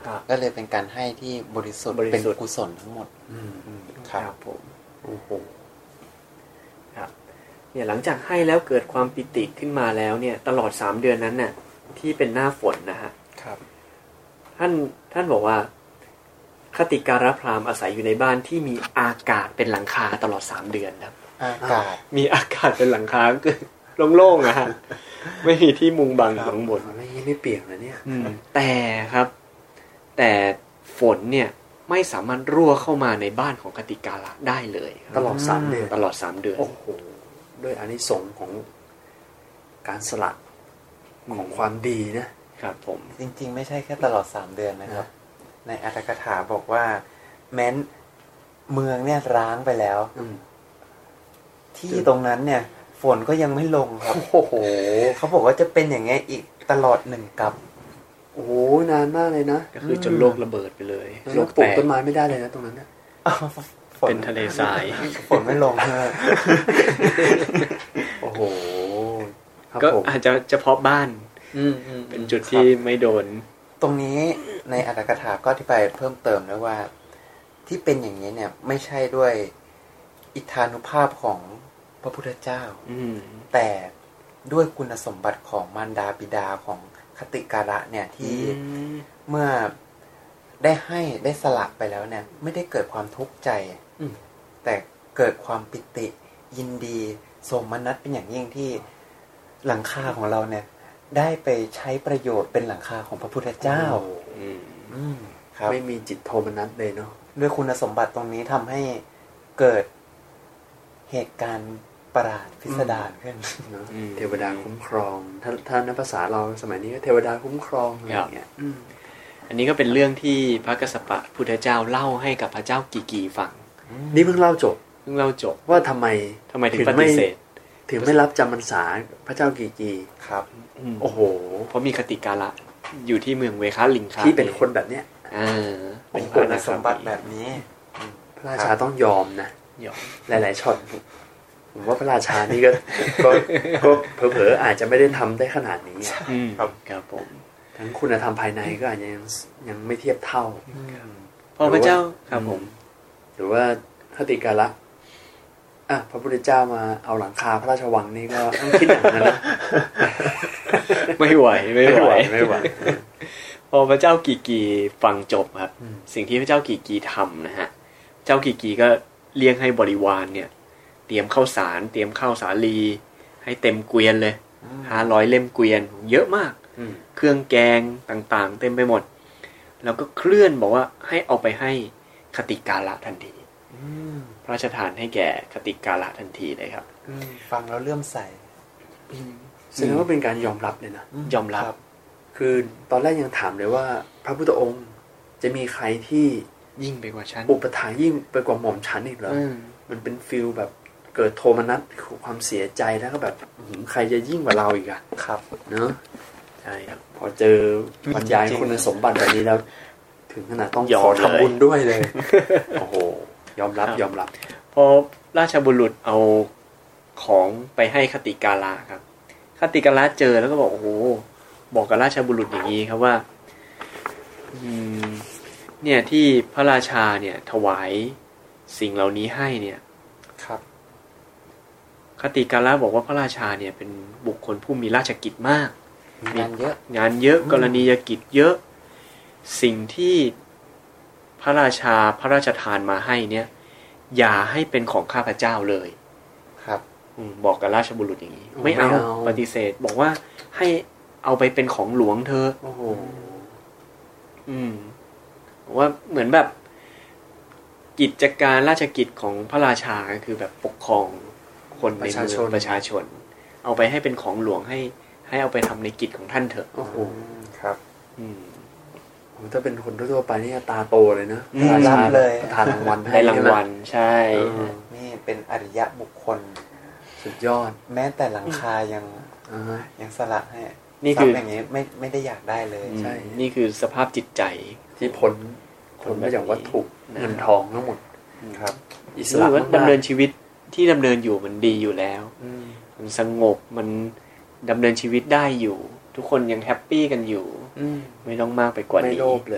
ก็เลยเป็นการให้ที่บริสุทธิ์เป็นกุศลทั้งหมดครับผมโอ้โหครับเนี่ยหลังจากให้แล้วเกิดความปิติขึ้นมาแล้วเนี่ยตลอดสามเดือนนั้นน่ะที่เป็นหน้าฝนนะฮะครับท่านท่านบอกว่าคติการพราหมณ์อาศัยอยู่ในบ้านที่มีอากาศเป็นหลังคาตลอดสามเดือนครับอากาศมีอากาศเป็นหลังคาคือโล่งๆนะฮะไม่มีที่มุงบังข้างบนอะไรไม่เปียกนะเนี่ยแต่ครับแต่ฝนเนี่ยไม่สามารถรั่วเข้ามาในบ้านของคติการะได้เลยตลอดสามเดือนตลอดสามเดือนโอ้โหด้วยอานิสงส์ของการสละของความดีนะครับผมจริงๆไม่ใช่แค่ตลอดสามเดือนนะครับในอรรถกถาบอกว่าแม้นเมืองเนี่ยร้างไปแล้วที่ตรงนั้นเนี่ยฝนก็ยังไม่ลงครับโอ้โหเขาบอกว่าจะเป็นอย่างเงี้ยอีกตลอดหนึ่งกับโอ้โหนานมากเลยนะก็คือจนโลกระเบิดไปเลยโลกแตกปลูกต้นไม้ไม่ได้เลยนะตรงนั้นนะเป็นทะเลทรายฝนไม่ลงเลยโอ้โหก็อาจจะเฉพาะบ้านเป็นจุดที่ไม่โดนตรงนี้ในอรรถกถาก็อธิบายเพิ่มเติมด้วยว่าที่เป็นอย่างนี้เนี่ยไม่ใช่ด้วยอิทธานุภาพของพระพุทธเจ้าแต่ด้วยคุณสมบัติของมารดาบิดาของคติการะเนี่ยที่เมื่อได้ให้ได้สละไปแล้วเนี่ยไม่ได้เกิดความทุกข์ใจแต่เกิดความปิติยินดีโสมนัสเป็นอย่างยิ่งที่หลังคาของเราเนี่ยได้ไปใช้ประโยชน์เป็นหลังคาของพระพุทธเจ้าไม่มีจิตโทมนัสเลยเนาะด้วยคุณสมบัติตรงนี้ทำให้เกิดเหตุการณ์ประหลาดพิสดารขึ้นเทวดาคุ้มครองถ้าถ้าในภาษาเราสมัยนี้ก็เทวดาคุ้มครองอะไรอย่างเงี้ยอันนี้ก็เป็นเรื่องที่พระกัสสปะพุทธเจ้าเล่าให้กับพระเจ้ากิกีฟังนี่เพิ่งเล่าจบเพิ่งเล่าจบว่าทำไมทำไมถึงปฏิเสธถึงไม่รับจำพรรษาพระเจ้ากิกีครับโอ้โหเพราะมีคติการะอยู่ที่เมืองเวคาลิงคาที่เป็นคนแบบเนี้ยอ่าเป็นคุณสมบัติแบบนี้พระราชาต้องยอมนะยอมหลายๆช็อตผมว่าพระราชานี่ก็ก็ก็เผลอๆอาจจะไม่ได้ทำได้ขนาดนี้ครับครับผมทั้งคุณธรรมภายในก็อาจจะยังยังไม่เทียบเท่าพอพระเจ้าครับผมหรือว่าคติการะอ่ะพระพุทธเจ้ามาเอาหลังคาพระราชวังนี่ก็ต้องคิดอย่างนั้นนะไม่ไหวไม่ไหวไม่ไหวพอพระเจ้ากิกีฟังจบครับสิ่งที่พระเจ้ากิกีทำนะฮะเจ้ากิกีก็เรียกให้บริวารเนี่ยเตรียมข้าวสารเตรียมข้าวสาลีให้เต็มเกวียนเลยห้าร้อยเล่มเกวียนเยอะมากเครื่องแกงต่างๆเต็มไปหมดแล้วก็เคลื่อนบอกว่าให้เอาไปให้คติการะทันทีพระราชทานให้แก่คติการะทันทีเลยครับฟังแล้วเลื่อมใสแสดงว่าเป็นการยอมรับเลยนะยอมรับคือตอนแรกยังถามเลยว่าพระพุทธองค์จะมีใครที่ยิ่งไปกว่าฉันอุปถายิ่งไปกว่าหม่อมฉันอีกเหรอมันเป็นฟีลแบบเกิดโทมนัสความเสียใจแล้วก็แบบใครจะยิ่งกว่าเราอีกอะครับเนอะใช่ครับพอเจอบรรยายคุณสมบัติแบบนี้แล้วถึงขนาดต้องขอทำบุญด้วยเลยโอ้โหยอมรับยอมรับพอราชบุรุษเอาของไปให้คติการะครับคติการะเจอแล้วก็บอกโอ้โหบอกกับราชบุรุษอย่างนี้ครับว่าเนี่ยที่พระราชาเนี่ยถวายสิ่งเหล่านี้ให้เนี่ยครับคติการะบอกว่าพระราชาเนี่ยเป็นบุคคลผู้มีราชกิจมากงานเยอะงานเยอะกรณียกิจเยอะสิ่งที่พระราชาพระราชทานมาให้เนี่ยอย่าให้เป็นของข้าพเจ้าเลยครับบอกกับราชบุรุษอย่างนี้ไม่เอาปฏิเสธบอกว่าให้เอาไปเป็นของหลวงเธอโอ้โหอืมว่าเหมือนแบบกิจการราชกิจของพระราชาคือแบบปกครองคนในเมืองประชาชนเอาไปให้เป็นของหลวงให้ให้เอาไปทำในกิจของท่านเถอะโอ้โหครับอืมถ้าเป็นคนทั่วไปนี่ตาโตเลยนะรับเลยทานรางวัลให้รางวัลใช่นี่เป็นอริยะบุคคลสุดยอดแม้แต่หลังคายังยังสละให้นี่คืออย่างนี้ไม่ไม่ได้อยากได้เลยใช่นี่คือสภาพจิตใจที่พ้นพ้นมาจากวัตถุเงินทองทั้งหมดครับอิสระดำเนินชีวิตที่ดำเนินอยู่มันดีอยู่แล้วมันสงบมันดำเนินชีวิตได้อยู่ทุกคนยังแฮปปี้กันอยู่ไม่ต้องมากไปกว่านี้ไม่โลภเลย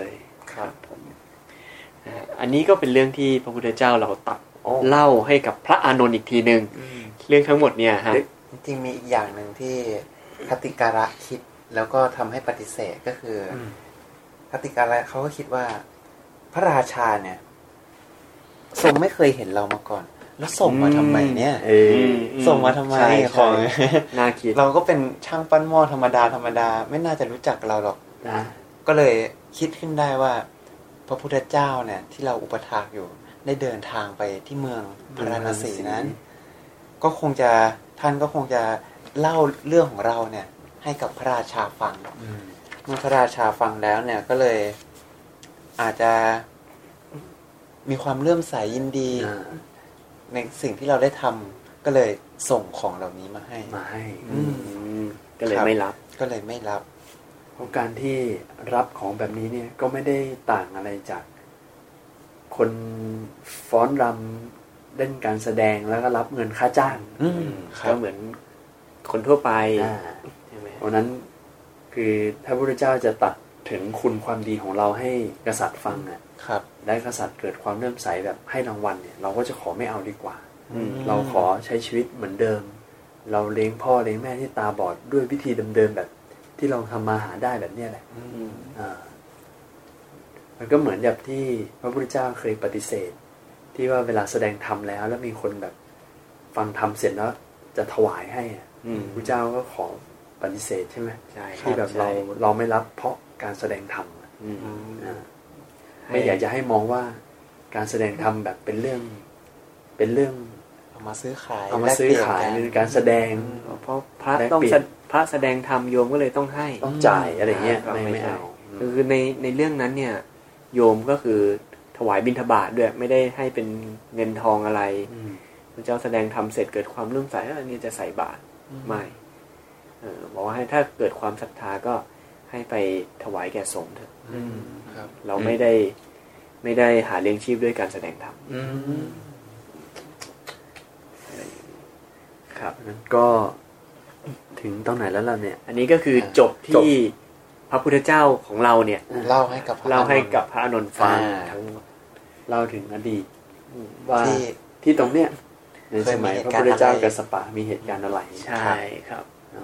ครับผมอันนี้ก็เป็นเรื่องที่พระพุทธเจ้าเราตัดเล่าให้กับพระอานนท์อีกทีนึงเรื่องทั้งหมดเนี่ยฮะจริงๆมีอีกอย่างหนึ่งที่คติการะคิดแล้วก็ทำให้ปฏิเสธก็คือคติการะเขาก็คิดว่าพระราชาเนี่ยทรงไม่เคยเห็นเรามาก่อนแล้วส่งมาทำไมเนี่ยส่งมาทำไมของน่าคิดเราก็เป็นช่างปั้นหม้อธรรมดาธรรมดาไม่น่าจะรู้จักเราหรอกนะก็เลยคิดขึ้นได้ว่าพระพุทธเจ้าเนี่ยที่เราอุปถากอยู่ได้เดินทางไปที่เมืองพาราณสีนั้นก็คงจะท่านก็คงจะเล่าเรื่องของเราเนี่ยให้กับพระราชาฟังเมื่อพระราชาฟังแล้วเนี่ยก็เลยอาจจะมีความเลื่อมใสยินดีในสิ่งที่เราได้ทำก็เลยส่งของเหล่านี้มาให้มาให้ก็เลยไม่รับก็เลยไม่รับเพราะการที่รับของแบบนี้เนี่ยก็ไม่ได้ต่างอะไรจากคนฟ้อนรำเล่นการแสดงแล้วก็รับเงินค่าจ้างก็เหมือนคนทั่วไปใช่ไหมเพราะนั้นคือถ้าพระพุทธเจ้าจะตัดถึงคุณความดีของเราให้กษัตริย์ฟังอ่ะได้กษัตริย์เกิดความเลื่อมใสแบบให้รางวัลเนี่ยเราก็จะขอไม่เอาดีกว่าเราขอใช้ชีวิตเหมือนเดิมเราเลี้ยงพ่อเลี้ยงแม่ที่ตาบอดด้วยวิธีเดิมๆแบบที่เราทำมาหาได้แบบนี้แหละอ่ามันก็เหมือนแบบที่พระพุทธเจ้าเคยปฏิเสธที่ว่าเวลาแสดงธรรมแล้วแล้วมีคนแบบฟังธรรมเสร็จแล้วจะถวายให้พระเจ้าก็ขอปฏิเสธใช่ไหมที่แบบเราเราไม่รับเพราะการแสดงธรรมไม่อยากจะให้มองว่าการแสดงธรรมแบบเป็นเรื่องเป็นเรื่องเอามาซื้อขายเอามาซื้อขายเป็นการแสดงเพราะพระต้องพระแสดงธรรมโยมก็เลยต้องให้ต้องจ่ายอะไรเงี้ยไม่ไม่เอาคือในในเรื่องนั้นเนี่ยโยมก็คือถวายบิณฑบาตด้วยไม่ได้ให้เป็นเงินทองอะไรพระเจ้าแสดงธรรมเสร็จเกิดความเลื่อมใสอันนี้จะใส่บาตรไม่เออบอกว่าให้ถ้าเกิดความศรัทธาก็ให้ไปถวายแก่สงฆ์เถอะเราไม่ได้ไม่ได้หาเลี้ยงชีพด้วยการแสดงธรรมครับนั้นก็ถึงตรงไหนแล้วล่ะเนี่ยอันนี้ก็คือจบที่พระพุทธเจ้าของเราเนี่ยเล่าให้กับเล่าให้กับพระอานนท์ฟังทั้งหมดเล่าถึงอดีตว่าที่ตรงเนี้ยในสมัยพระพุทธเจ้ากัสสปะมีเหตุการณ์อะไรใช่ครับ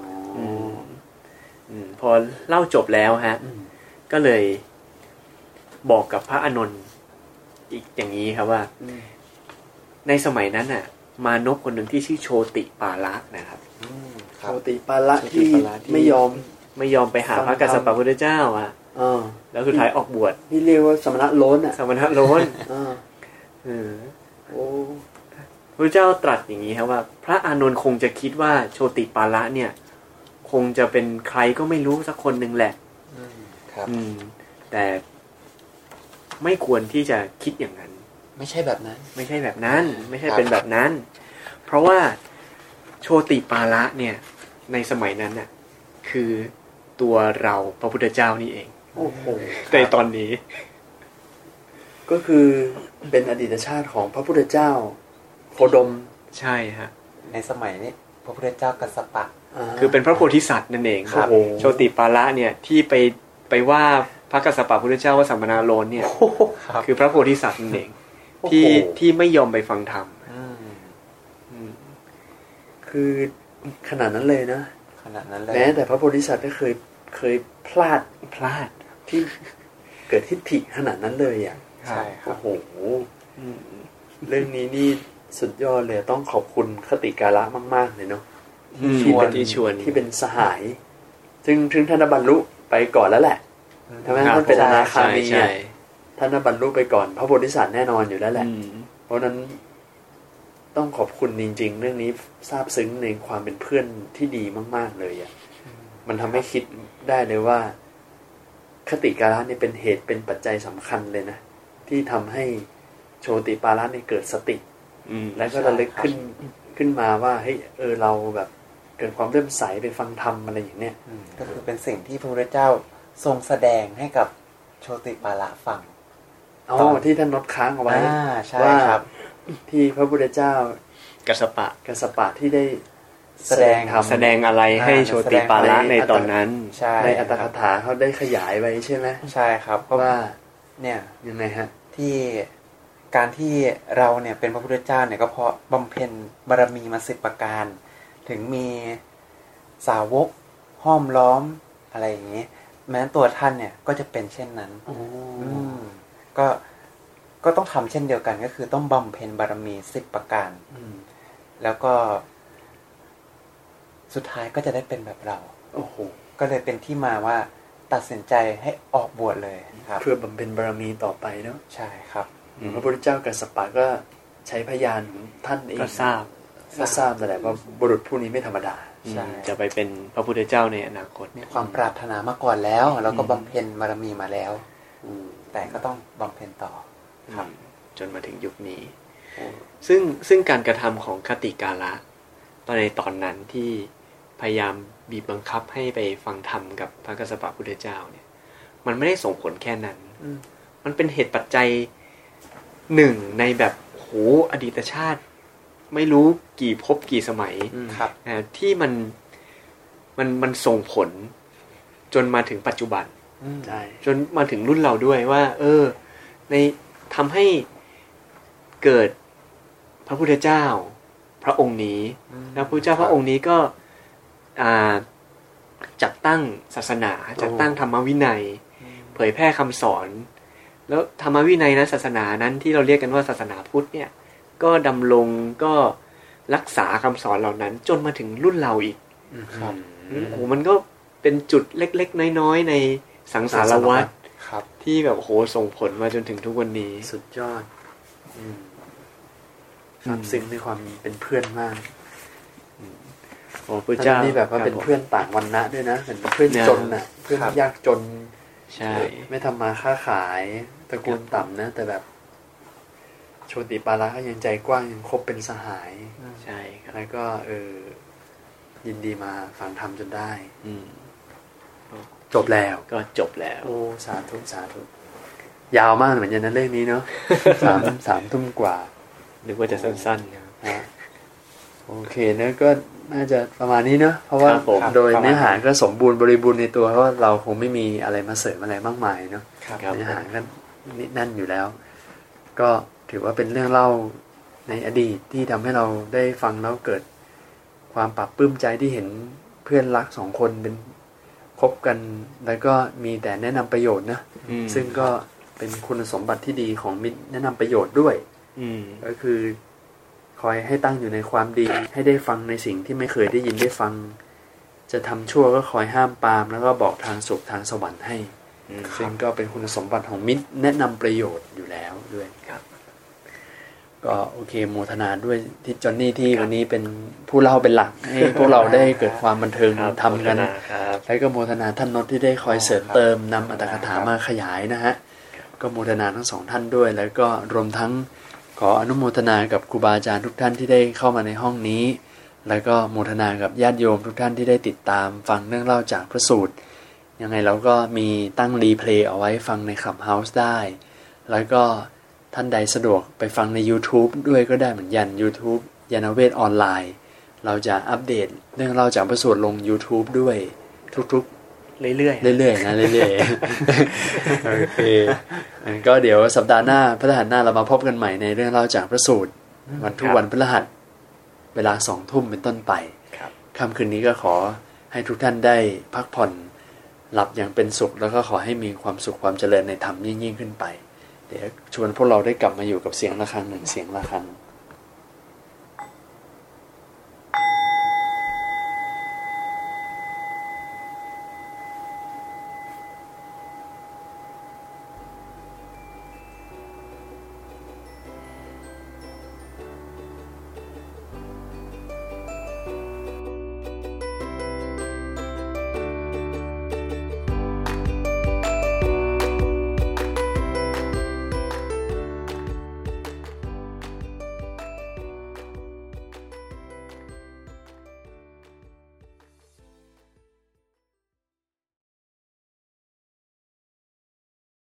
พอเล่าจบแล้วฮะก็เลยบอกกับพระอานนท์อีกอย่างนี้ครับว่าในสมัยนั้นน่ะมานพคนหนึ่งที่ชื่อโชติปาละนะครับโชติปาละที่ไม่ยอมไม่ยอมไปหาพระกัสสปะพุทธเจ้าอ่ะแล้วสุดท้ายออกบวชนี่เรียกว่าสมณะโล้นอ่ะสมณะโล้นเออโอ้พระเจ้าตรัสอย่างนี้ครับว่าพระอานนท์คงจะคิดว่าโชติปาละเนี่ยคงจะเป็นใครก็ไม่รู้สักคนหนึ่งแหละครับแต่ไม่ควรที่จะคิดอย่างนั้นไม่ใช่แบบนั้นไม่ใช่แบบนั้นไม่ใช่เป็นแบบนั้นเพราะว่าโชติปาละเนี่ยในสมัยนั้นน่ะคือตัวเราพระพุทธเจ้านี่เองโอ้โหในตอนนี้ก็คือเป็นอดีตชาติของพระพุทธเจ้าโคดมใช่ฮะในสมัยนี้พระพุทธเจ้ากัสสปะคือเป็นพระโพธิสัตว์นั่นเองครับโชติปาละเนี่ยที่ไปไปว่าพระกัสสปะพุทธเจ้าว่าสัมมนาโลนเนี่ยคือพระโพธิสัตว์นั่นเองที่ที่ไม่ยอมไปฟังธรรมคือขนาดนั้นเลยนะขนาดนั้นเลยแม้แต่พระโพธิสัตว์ก็เคยเคยพลาดพลาดที่เกิดทิฏฐิขนาดนั้นเลยอ่ะใช่ครับโอ้โหเรื่องนี้นี่สุดยอดเลยต้องขอบคุณคติกาละมากๆเลยเนาะที่เป็นที่ชวนที่เป็นสหายซึ่งถึงท่านบรรลุไปก่อนแล้วแหละทำไมท่านเป็นอนาคามีท่านบรรลุไปก่อนพระโพธิสัตว์แน่นอนอยู่แล้วแหละเพราะนั้นต้องขอบคุณจริงๆเรื่องนี้ซาบซึ้งในความเป็นเพื่อนที่ดีมากๆเลยอ่ะมันทำให้คิดได้เลยว่าคติกาละนี่เป็นเหตุเป็นปัจจัยสำคัญเลยนะที่ทำให้โชติปาละนี่เกิดสติแล้วก็ระลึกขึ้นขึ้นมาว่าเฮ้ยเออเราแบบเกิดความเริ่มใสไปฟังธรรมอะไรอย่างเนี้ยก็คือเป็นสิ่งที่พระพุทธเจ้าทรงแสดงให้กับโชติปาละฟังอ๋อที่ท่านนดค้างเอาไว้ว่าที่พระพุทธเจ้ากัสสปะกัสสปะที่ได้แสดงแสดงอะไรให้โชติปาละในตอนนั้นในอัตถกถาเขาได้ขยายไว้ใช่ไหมใช่ครับเพราะว่าเนี่ยยังไงฮะที่การที่เราเนี่ยเป็นพระพุทธเจ้าเนี่ยก็เพราะบำเพ็ญบารมีมาสิบประการถึงมีสาวกห้อมล้อมอะไรอย่างนี้แม้ตัวท่านเนี่ยก็จะเป็นเช่นนั้นอืมก็ก็ต้องทำเช่นเดียวกันก็คือต้องบำเพ็ญบารมีสิบประการแล้วก็สุดท้ายก็จะได้เป็นแบบเราโอ้โหก็เลยเป็นที่มาว่าตัดสินใจให้ออกบวชเลยครับเพื่อบำเพ็ญบารมีต่อไปเนาะใช่ครับพระพุทธเจ้ากัสสปะก็ใช้พยานของท่านเองก็ทราบก็ทราบแต่แหละว่าบุรุษผู้นี้ไม่ธรรมดาใช่จะไปเป็นพระพุทธเจ้าในอนาคตมีความปรารถนามาก่อนแล้วแล้วก็บำเพ็ญบารมีมาแล้วแต่ก็ต้องบำเพ็ญต่อครับจนมาถึงยุคนี้ซึ่งซึ่งการกระทำของคติกาละตอนในตอนนั้นที่พยายามบีบบังคับให้ไปฟังธรรมกับพระกัสสปะพุทธเจ้าเนี่ยมันไม่ได้ส่งผลแค่นั้นมันเป็นเหตุปัจจัยหนึ่งในแบบโหอดีตชาติไม่รู้กี่ภพกี่สมัยนะที่มันมันมันส่งผลจนมาถึงปัจจุบันจนมาถึงรุ่นเราด้วยว่าเออในทำให้เกิดพระพุทธเจ้าพระองค์นี้แล้วพระพุทธเจ้าพระองค์นี้ก็จัดตั้งศาสนาจัดตั้งธรรมวินัยเผยแพร่คำสอนแล้วธรรมวินัยนั้นศาสนานั้นที่เราเรียกกันว่าศาสนาพุทธเนี่ยก็ดำรงก็รักษาคำสอนเหล่านั้นจนมาถึงรุ่นเราอีกครับโอ้มันก็เป็นจุดเล็กๆน้อยๆในสังสารวัฏที่แบบโหส่งผลมาจนถึงทุกวันนี้สุดยอดซาบซึ้งในความเป็นเพื่อนมากโอ้พระเจ้านี่แบบว่าเป็นเพื่อนต่างวรรณะด้วยนะเป็นเพื่อนจนน่ะเพื่อนยากจนใช่ไม่ทำมาค้าขายตระกูลต่ำนะแต่แบบโชติปาระก็ยังใจกว้างยังคบเป็นสหายใช่ครับแล้วก็เออยินดีมาฟังธรรมจนได้จบแล้วก็จบแล้วโอ้สาธุสาธุยาวมากเหมือนกันนะเรื่องนี้เนาะสามสามทุ่มกว่านึกว่าจะสั้นๆนะโอเคเนะก็น่าจะประมาณนี้เนาะเพราะว่าโดยเนื้อหาก็สมบูรณ์บริบูรณ์ในตัวเพราะว่าเราคงไม่มีอะไรมาเสริมอะไรมากมายเนาะเนื้อหาก็นิดนั่นอยู่แล้วก็ถือว่าเป็นเรื่องเล่าในอดีตที่ทำให้เราได้ฟังแล้วเกิดความปรับปลื้มใจที่เห็นเพื่อนรักสองคนเป็นคบกันแล้วก็มีแต่แนะนำประโยชน์นะซึ่งก็เป็นคุณสมบัติที่ดีของมิตรแนะนำประโยชน์ด้วยก็คือคอยให้ตั้งอยู่ในความดีให้ได้ฟังในสิ่งที่ไม่เคยได้ยินได้ฟังจะทำชั่วก็คอยห้ามปรามแล้วก็บอกทางสุขทางสวรรค์ให้ซึ่งก็เป็นคุณสมบัติของมิตรแนะนำประโยชน์อยู่แล้วด้วยครับก็โอเคโมทนาด้วยที่จอนนี่ที่วันนี้เป็นผู้เล่าเป็นหลักให้พวกเราได้เกิดความบันเทิงทำกันแล้วก็โมทนาท่านนนท์ที่ได้คอยเสริมเติมนำอัตถกถามาขยายนะฮะก็โมทนาทั้งสองท่านด้วยแล้วก็รวมทั้งขออนุโมทนากับครูบาอาจารย์ทุกท่านที่ได้เข้ามาในห้องนี้แล้วก็โมทนากับญาติโยมทุกท่านที่ได้ติดตามฟังเรื่องเล่าจากพระสูตรยังไงเราก็มีตั้งรีเพลย์เอาไว้ฟังใน Clubhouse ได้แล้วก็ท่านใดสะดวกไปฟังใน YouTube ด้วยก็ได้เหมือนกัน YouTube ยานเวทออนไลน์เราจะอัปเดตเรื่องเล่าจากพระสูตรลง YouTube ด้วยทุกๆเรื่อยๆเรื่อยๆนะเรื่อยๆโอเคก็เดี๋ยวสัปดาห์หน้าพฤหัสหน้าเรามาพบกันใหม่ในเรื่องเล่าจากพระสูตรวันทุกวันพฤหัสเวลาสองทุ่มเป็นต้นไปค่ำคืนนี้ก็ขอให้ทุกท่านได้พักผ่อนหลับอย่างเป็นสุขแล้วก็ขอให้มีความสุขความเจริญในธรรมยิ่งๆขึ้นไปเดี๋ยวชวนพวกเราได้กลับมาอยู่กับเสียงะระฆังหนึ่งเสียงะระฆัง